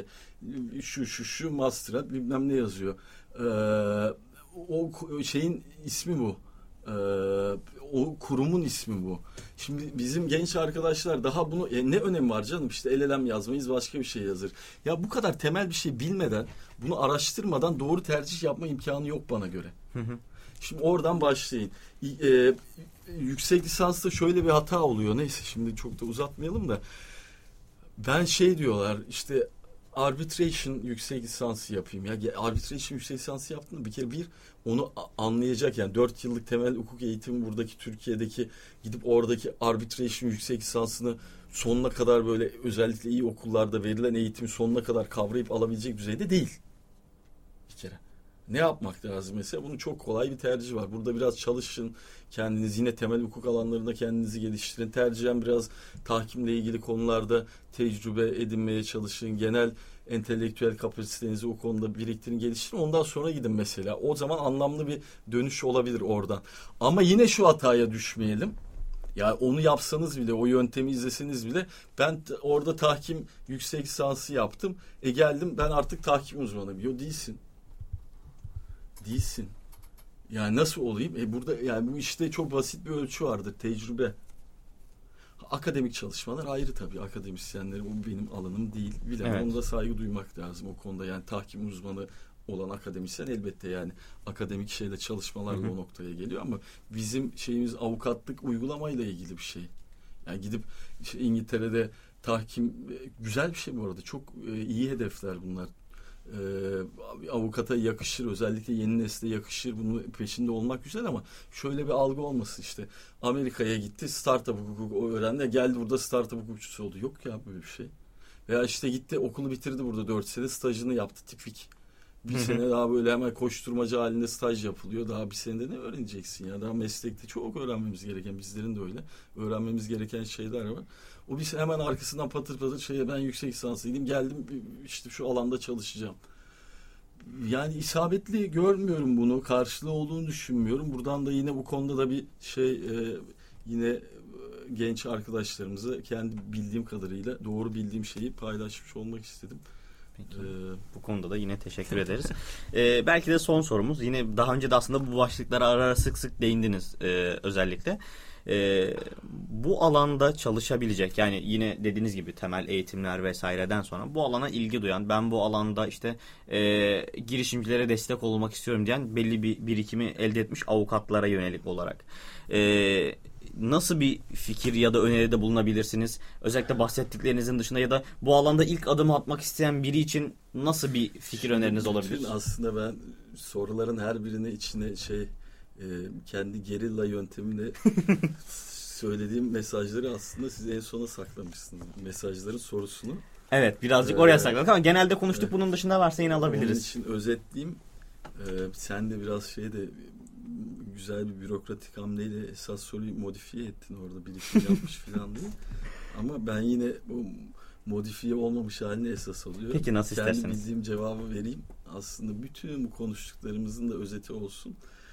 şu master'a bilmem ne yazıyor. O şeyin ismi bu. O kurumun ismi bu. Şimdi bizim genç arkadaşlar daha bunu ne önemi var canım, işte LLM yazmayız, başka bir şey yazır. Ya bu kadar temel bir şey bilmeden, bunu araştırmadan doğru tercih yapma imkanı yok bana göre. Şimdi oradan başlayın. Yüksek lisansta şöyle bir hata oluyor. Neyse şimdi çok da uzatmayalım da. Ben diyorlar işte arbitration yüksek lisansı yapayım. Ya arbitration yüksek lisansı yaptın mı? Bir kere onu anlayacak, yani 4 yıllık temel hukuk eğitimi buradaki Türkiye'deki gidip oradaki arbitration yüksek lisansını sonuna kadar böyle özellikle iyi okullarda verilen eğitimi sonuna kadar kavrayıp alabilecek düzeyde değil. Bir kere. Ne yapmak lazım mesela? Bunun çok kolay bir tercih var. Burada biraz çalışın, kendiniz yine temel hukuk alanlarında kendinizi geliştirin. Tercihen biraz tahkimle ilgili konularda tecrübe edinmeye çalışın. Genel entelektüel kapasitenizi o konuda biriktirin, geliştirin. Ondan sonra gidin mesela. O zaman anlamlı bir dönüş olabilir oradan. Ama yine şu hataya düşmeyelim. Yani onu yapsanız bile, o yöntemi izleseniz bile, ben orada tahkim yüksek lisansı yaptım. Geldim ben artık tahkim uzmanıyım. Yok, değilsin. Değilsin. Yani nasıl olayım? Burada yani bu işte çok basit bir ölçü vardır. Tecrübe. Akademik çalışmalar ayrı tabii. Akademisyenlerin, o benim alanım değil. Bilemem. Evet. Ona da saygı duymak lazım o konuda. Yani tahkim uzmanı olan akademisyen elbette yani akademik şeyle çalışmalarla o noktaya geliyor ama bizim şeyimiz avukatlık uygulamayla ilgili bir şey. Yani gidip işte İngiltere'de tahkim güzel bir şey bu arada. Çok iyi hedefler bunlar. Avukata yakışır, özellikle yeni nesle yakışır, bunun peşinde olmak güzel ama şöyle bir algı olmasın işte. Amerika'ya gitti, startup hukuku öğrendi, geldi burada startup hukukçusu oldu. Yok ya böyle bir şey. Veya işte gitti okulu bitirdi burada 4 sene stajını yaptı tipik. Bir sene daha böyle hemen koşturmacı halinde staj yapılıyor. Daha bir senede ne öğreneceksin ya? Daha meslekte çok öğrenmemiz gereken, bizlerin de öyle öğrenmemiz gereken şeyler var. O bir hemen arkasından patır patır ben yüksek lisanslıydım, geldim işte şu alanda çalışacağım. Yani isabetli görmüyorum bunu. Karşılığı olduğunu düşünmüyorum. Buradan da yine bu konuda da bir yine genç arkadaşlarımıza kendi bildiğim kadarıyla doğru bildiğim şeyi paylaşmış olmak istedim. Peki. Bu konuda da yine teşekkür ederiz. Belki de son sorumuz. Yine daha önce de aslında bu başlıklara ara ara sık sık değindiniz özellikle. Bu alanda çalışabilecek, yani yine dediğiniz gibi temel eğitimler vesaireden sonra bu alana ilgi duyan, ben bu alanda işte girişimcilere destek olmak istiyorum diyen belli bir birikimi elde etmiş avukatlara yönelik olarak nasıl bir fikir ya da öneride bulunabilirsiniz? Özellikle bahsettiklerinizin dışında ya da bu alanda ilk adımı atmak isteyen biri için nasıl bir fikir öneriniz olabilir? Aslında ben soruların her birine içine kendi gerilla yöntemimle söylediğim mesajları aslında siz en sona saklamışsınız. Mesajların sorusunu. Evet, birazcık oraya sakladık ama genelde konuştuk, bunun dışında varsa yine alabiliriz. Onun için özetleyeyim. Sen de biraz güzel bir bürokratik hamleyle esas soruyu modifiye ettin orada, birikim yapmış falan diye. Ama ben yine bu modifiye olmamış haline esas alıyorum. Peki nasıl isterseniz. Kendi bildiğim cevabı vereyim. Aslında bütün bu konuştuklarımızın da özeti olsun.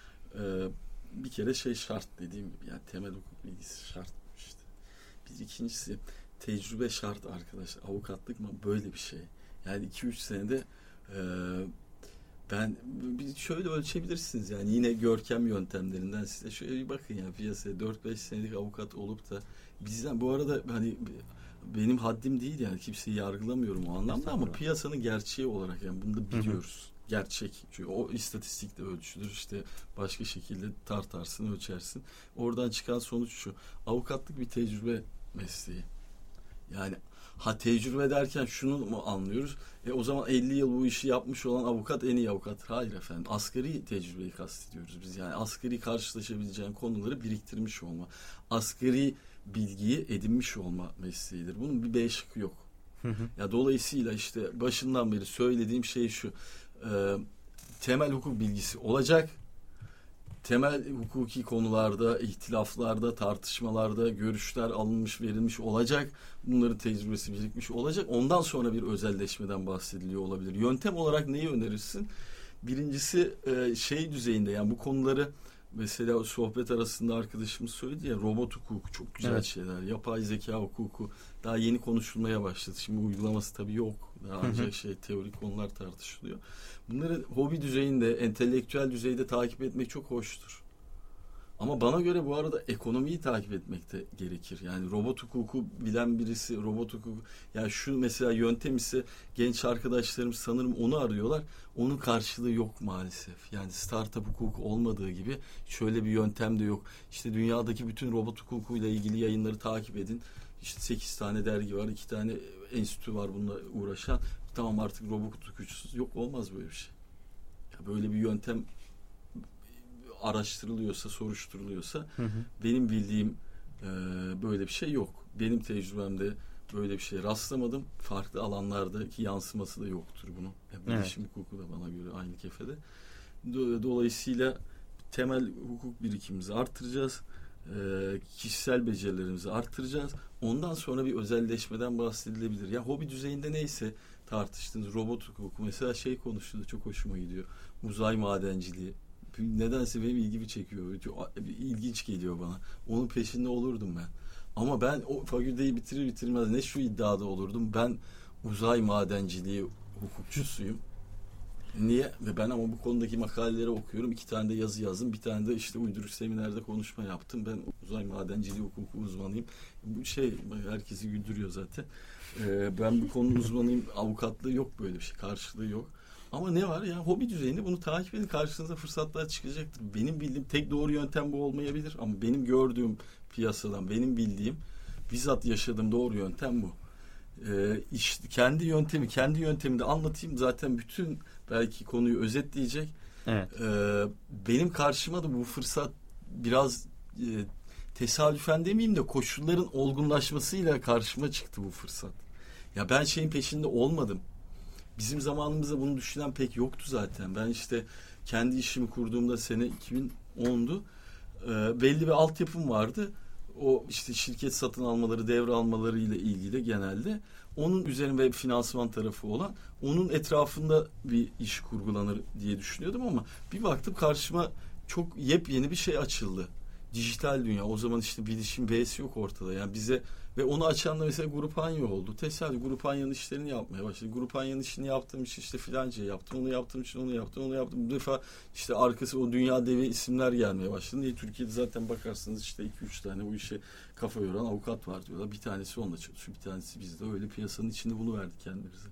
Bir kere şart dediğim gibi, yani temel hukuk bilgisi şart işte. İkincisi tecrübe şart arkadaşlar. Avukatlık mı böyle bir şey. Yani 2-3 senede şöyle ölçebilirsiniz yani yine görkem yöntemlerinden size şöyle bir bakın ya piyasaya 4-5 senelik avukat olup da bizden, bu arada hani benim haddim değil yani, kimseyi yargılamıyorum o anlamda ama piyasanın gerçeği olarak yani bunu da biliyoruz. Gerçek. Çünkü o istatistikle ölçülür. İşte başka şekilde tartarsın, ölçersin. Oradan çıkan sonuç şu. Avukatlık bir tecrübe mesleği. Yani tecrübe derken şunu mu anlıyoruz? O zaman 50 yıl bu işi yapmış olan avukat en iyi avukat. Hayır efendim. Asgari tecrübeyi kastediyoruz biz. Yani asgari karşılaşabileceğin konuları biriktirmiş olma. Asgari bilgiyi edinmiş olma mesleğidir. Bunun bir B şıkkı yok. Ya dolayısıyla işte başından beri söylediğim şey şu. Temel hukuk bilgisi olacak. Temel hukuki konularda, ihtilaflarda, tartışmalarda görüşler alınmış, verilmiş olacak. Bunların tecrübesi birikmiş olacak. Ondan sonra bir özelleşmeden bahsediliyor olabilir. Yöntem olarak neyi önerirsin? Birincisi düzeyinde, yani bu konuları mesela o sohbet arasında arkadaşımız söyledi ya, robot hukuku çok güzel şeyler. Yapay zeka hukuku daha yeni konuşulmaya başladı. Şimdi uygulaması tabii yok. Daha ancak teorik konular tartışılıyor. Bunları hobi düzeyinde, entelektüel düzeyde takip etmek çok hoştur. Ama bana göre bu arada ekonomiyi takip etmek de gerekir. Yani robot hukuku bilen birisi, robot hukuku, yani şu mesela yöntem ise genç arkadaşlarım sanırım onu arıyorlar. Onun karşılığı yok maalesef. Yani startup hukuku olmadığı gibi şöyle bir yöntem de yok. İşte dünyadaki bütün robot hukukuyla ilgili yayınları takip edin. İşte 8 tane dergi var, 2 tane enstitü var bununla uğraşan. Tamam artık robot hukukçusu yok, olmaz böyle bir şey. Ya böyle bir yöntem araştırılıyorsa, soruşturuluyorsa benim bildiğim böyle bir şey yok. benim tecrübemde böyle bir şeye rastlamadım. Farklı alanlardaki yansıması da yoktur bunun. Yani bilişim hukuku da bana göre aynı kefede. Dolayısıyla temel hukuk birikimimizi artıracağız. Kişisel becerilerimizi artıracağız. Ondan sonra bir özelleşmeden bahsedilebilir. Ya hobi düzeyinde neyse tartıştığınız robot hukuku mesela konuşuldu, çok hoşuma gidiyor. Uzay madenciliği. Nedense benim ilgimi çekiyor. Çok ilginç geliyor bana. Onun peşinde olurdum ben. Ama ben o fakülteyi bitirir bitirmez ne şu iddiada olurdum. Ben uzay madenciliği hukukçusuyum. Niye? Ve ben ama bu konudaki makaleleri okuyorum. 2 tane de yazı yazdım. Bir tane de uyduruk seminerde konuşma yaptım. Ben uzay madenciliği hukuku uzmanıyım. Bu herkesi güldürüyor zaten. Ben bu konunun uzmanıyım. Avukatlığı yok, böyle bir şey. Karşılığı yok. Ama ne var ya, hobi düzeyinde bunu takip edin. Karşınıza fırsatlar çıkacaktır. Benim bildiğim tek doğru yöntem bu olmayabilir. Ama benim gördüğüm piyasadan, benim bildiğim, bizzat yaşadığım doğru yöntem bu. İşte kendi yöntemini anlatayım. Zaten bütün belki konuyu özetleyecek. Evet. Benim karşıma da bu fırsat biraz tesadüfen demeyeyim de koşulların olgunlaşmasıyla karşıma çıktı bu fırsat. Ya ben peşinde olmadım. Bizim zamanımızda bunu düşünen pek yoktu zaten. Ben kendi işimi kurduğumda sene 2010'du. Belli bir altyapım vardı. O şirket satın almaları, devralmaları ile ilgili genelde. Onun üzerine ve finansman tarafı olan, onun etrafında bir iş kurgulanır diye düşünüyordum ama bir baktım karşıma çok yepyeni bir şey açıldı. Dijital dünya. O zaman bilişim B'si yok ortada. Yani bize ve onu açan da mesela Grupanya oldu. Tesadüf Grupanya'nın işlerini yapmaya başladı. Grupanya'nın işini yaptığım için filancayı yaptım. Onu yaptığım için onu yaptım. Bu defa arkası o dünya devi isimler gelmeye başladı. Niye? Türkiye'de zaten bakarsanız 2-3 tane bu işe kafa yoran avukat var diyorlar. Bir tanesi onunla çalışıyor. Bir tanesi bizde. Öyle piyasanın içinde bunu verdik kendimize.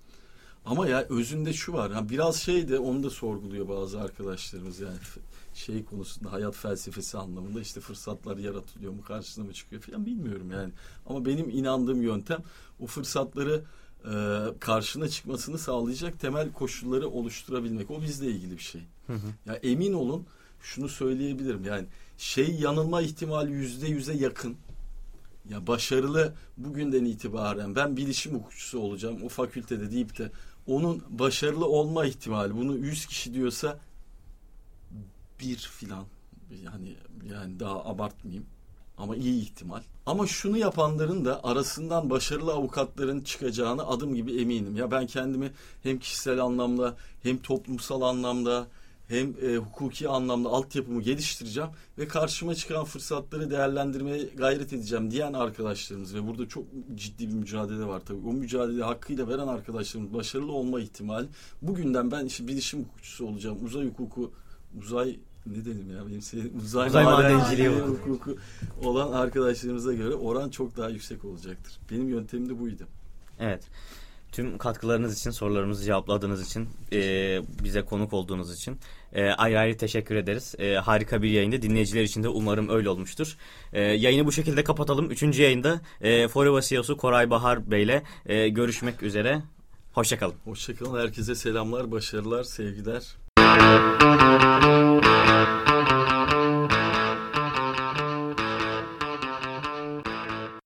Ama ya özünde şu var. Yani biraz de onu da sorguluyor bazı arkadaşlarımız, yani konusunda, hayat felsefesi anlamında fırsatlar yaratılıyor mu, karşısına mı çıkıyor falan bilmiyorum yani. Ama benim inandığım yöntem o fırsatları karşına çıkmasını sağlayacak temel koşulları oluşturabilmek. O bizle ilgili bir şey. Ya emin olun, şunu söyleyebilirim, yani yanılma ihtimali %100'e yakın. Ya başarılı bugünden itibaren ben bilişim hukukçusu olacağım o fakültede deyip de onun başarılı olma ihtimali, bunu 100 kişi diyorsa 1 filan, yani daha abartmayayım ama iyi ihtimal. Ama şunu yapanların da arasından başarılı avukatların çıkacağını adım gibi eminim. Ya ben kendimi hem kişisel anlamda hem toplumsal anlamda hem hukuki anlamda altyapımı geliştireceğim ve karşıma çıkan fırsatları değerlendirmeye gayret edeceğim diyen arkadaşlarımız ve burada çok ciddi bir mücadele var tabii. O mücadele hakkıyla veren arkadaşlarımız başarılı olma ihtimali. Bugünden ben bilişim hukukçusu olacağım. Uzay madenciliği hukuku olan arkadaşlarımıza göre oran çok daha yüksek olacaktır. Benim yöntemim de buydu. Evet. Tüm katkılarınız için, sorularımızı cevapladığınız için, bize konuk olduğunuz için ayrı ayrı teşekkür ederiz. Harika bir yayındı. Dinleyiciler için de umarım öyle olmuştur. Yayını bu şekilde kapatalım. 3. yayında Foreva CEO'su Koray Bahar Bey'le görüşmek üzere. Hoşçakalın. Hoşçakalın. Herkese selamlar, başarılar, sevgiler.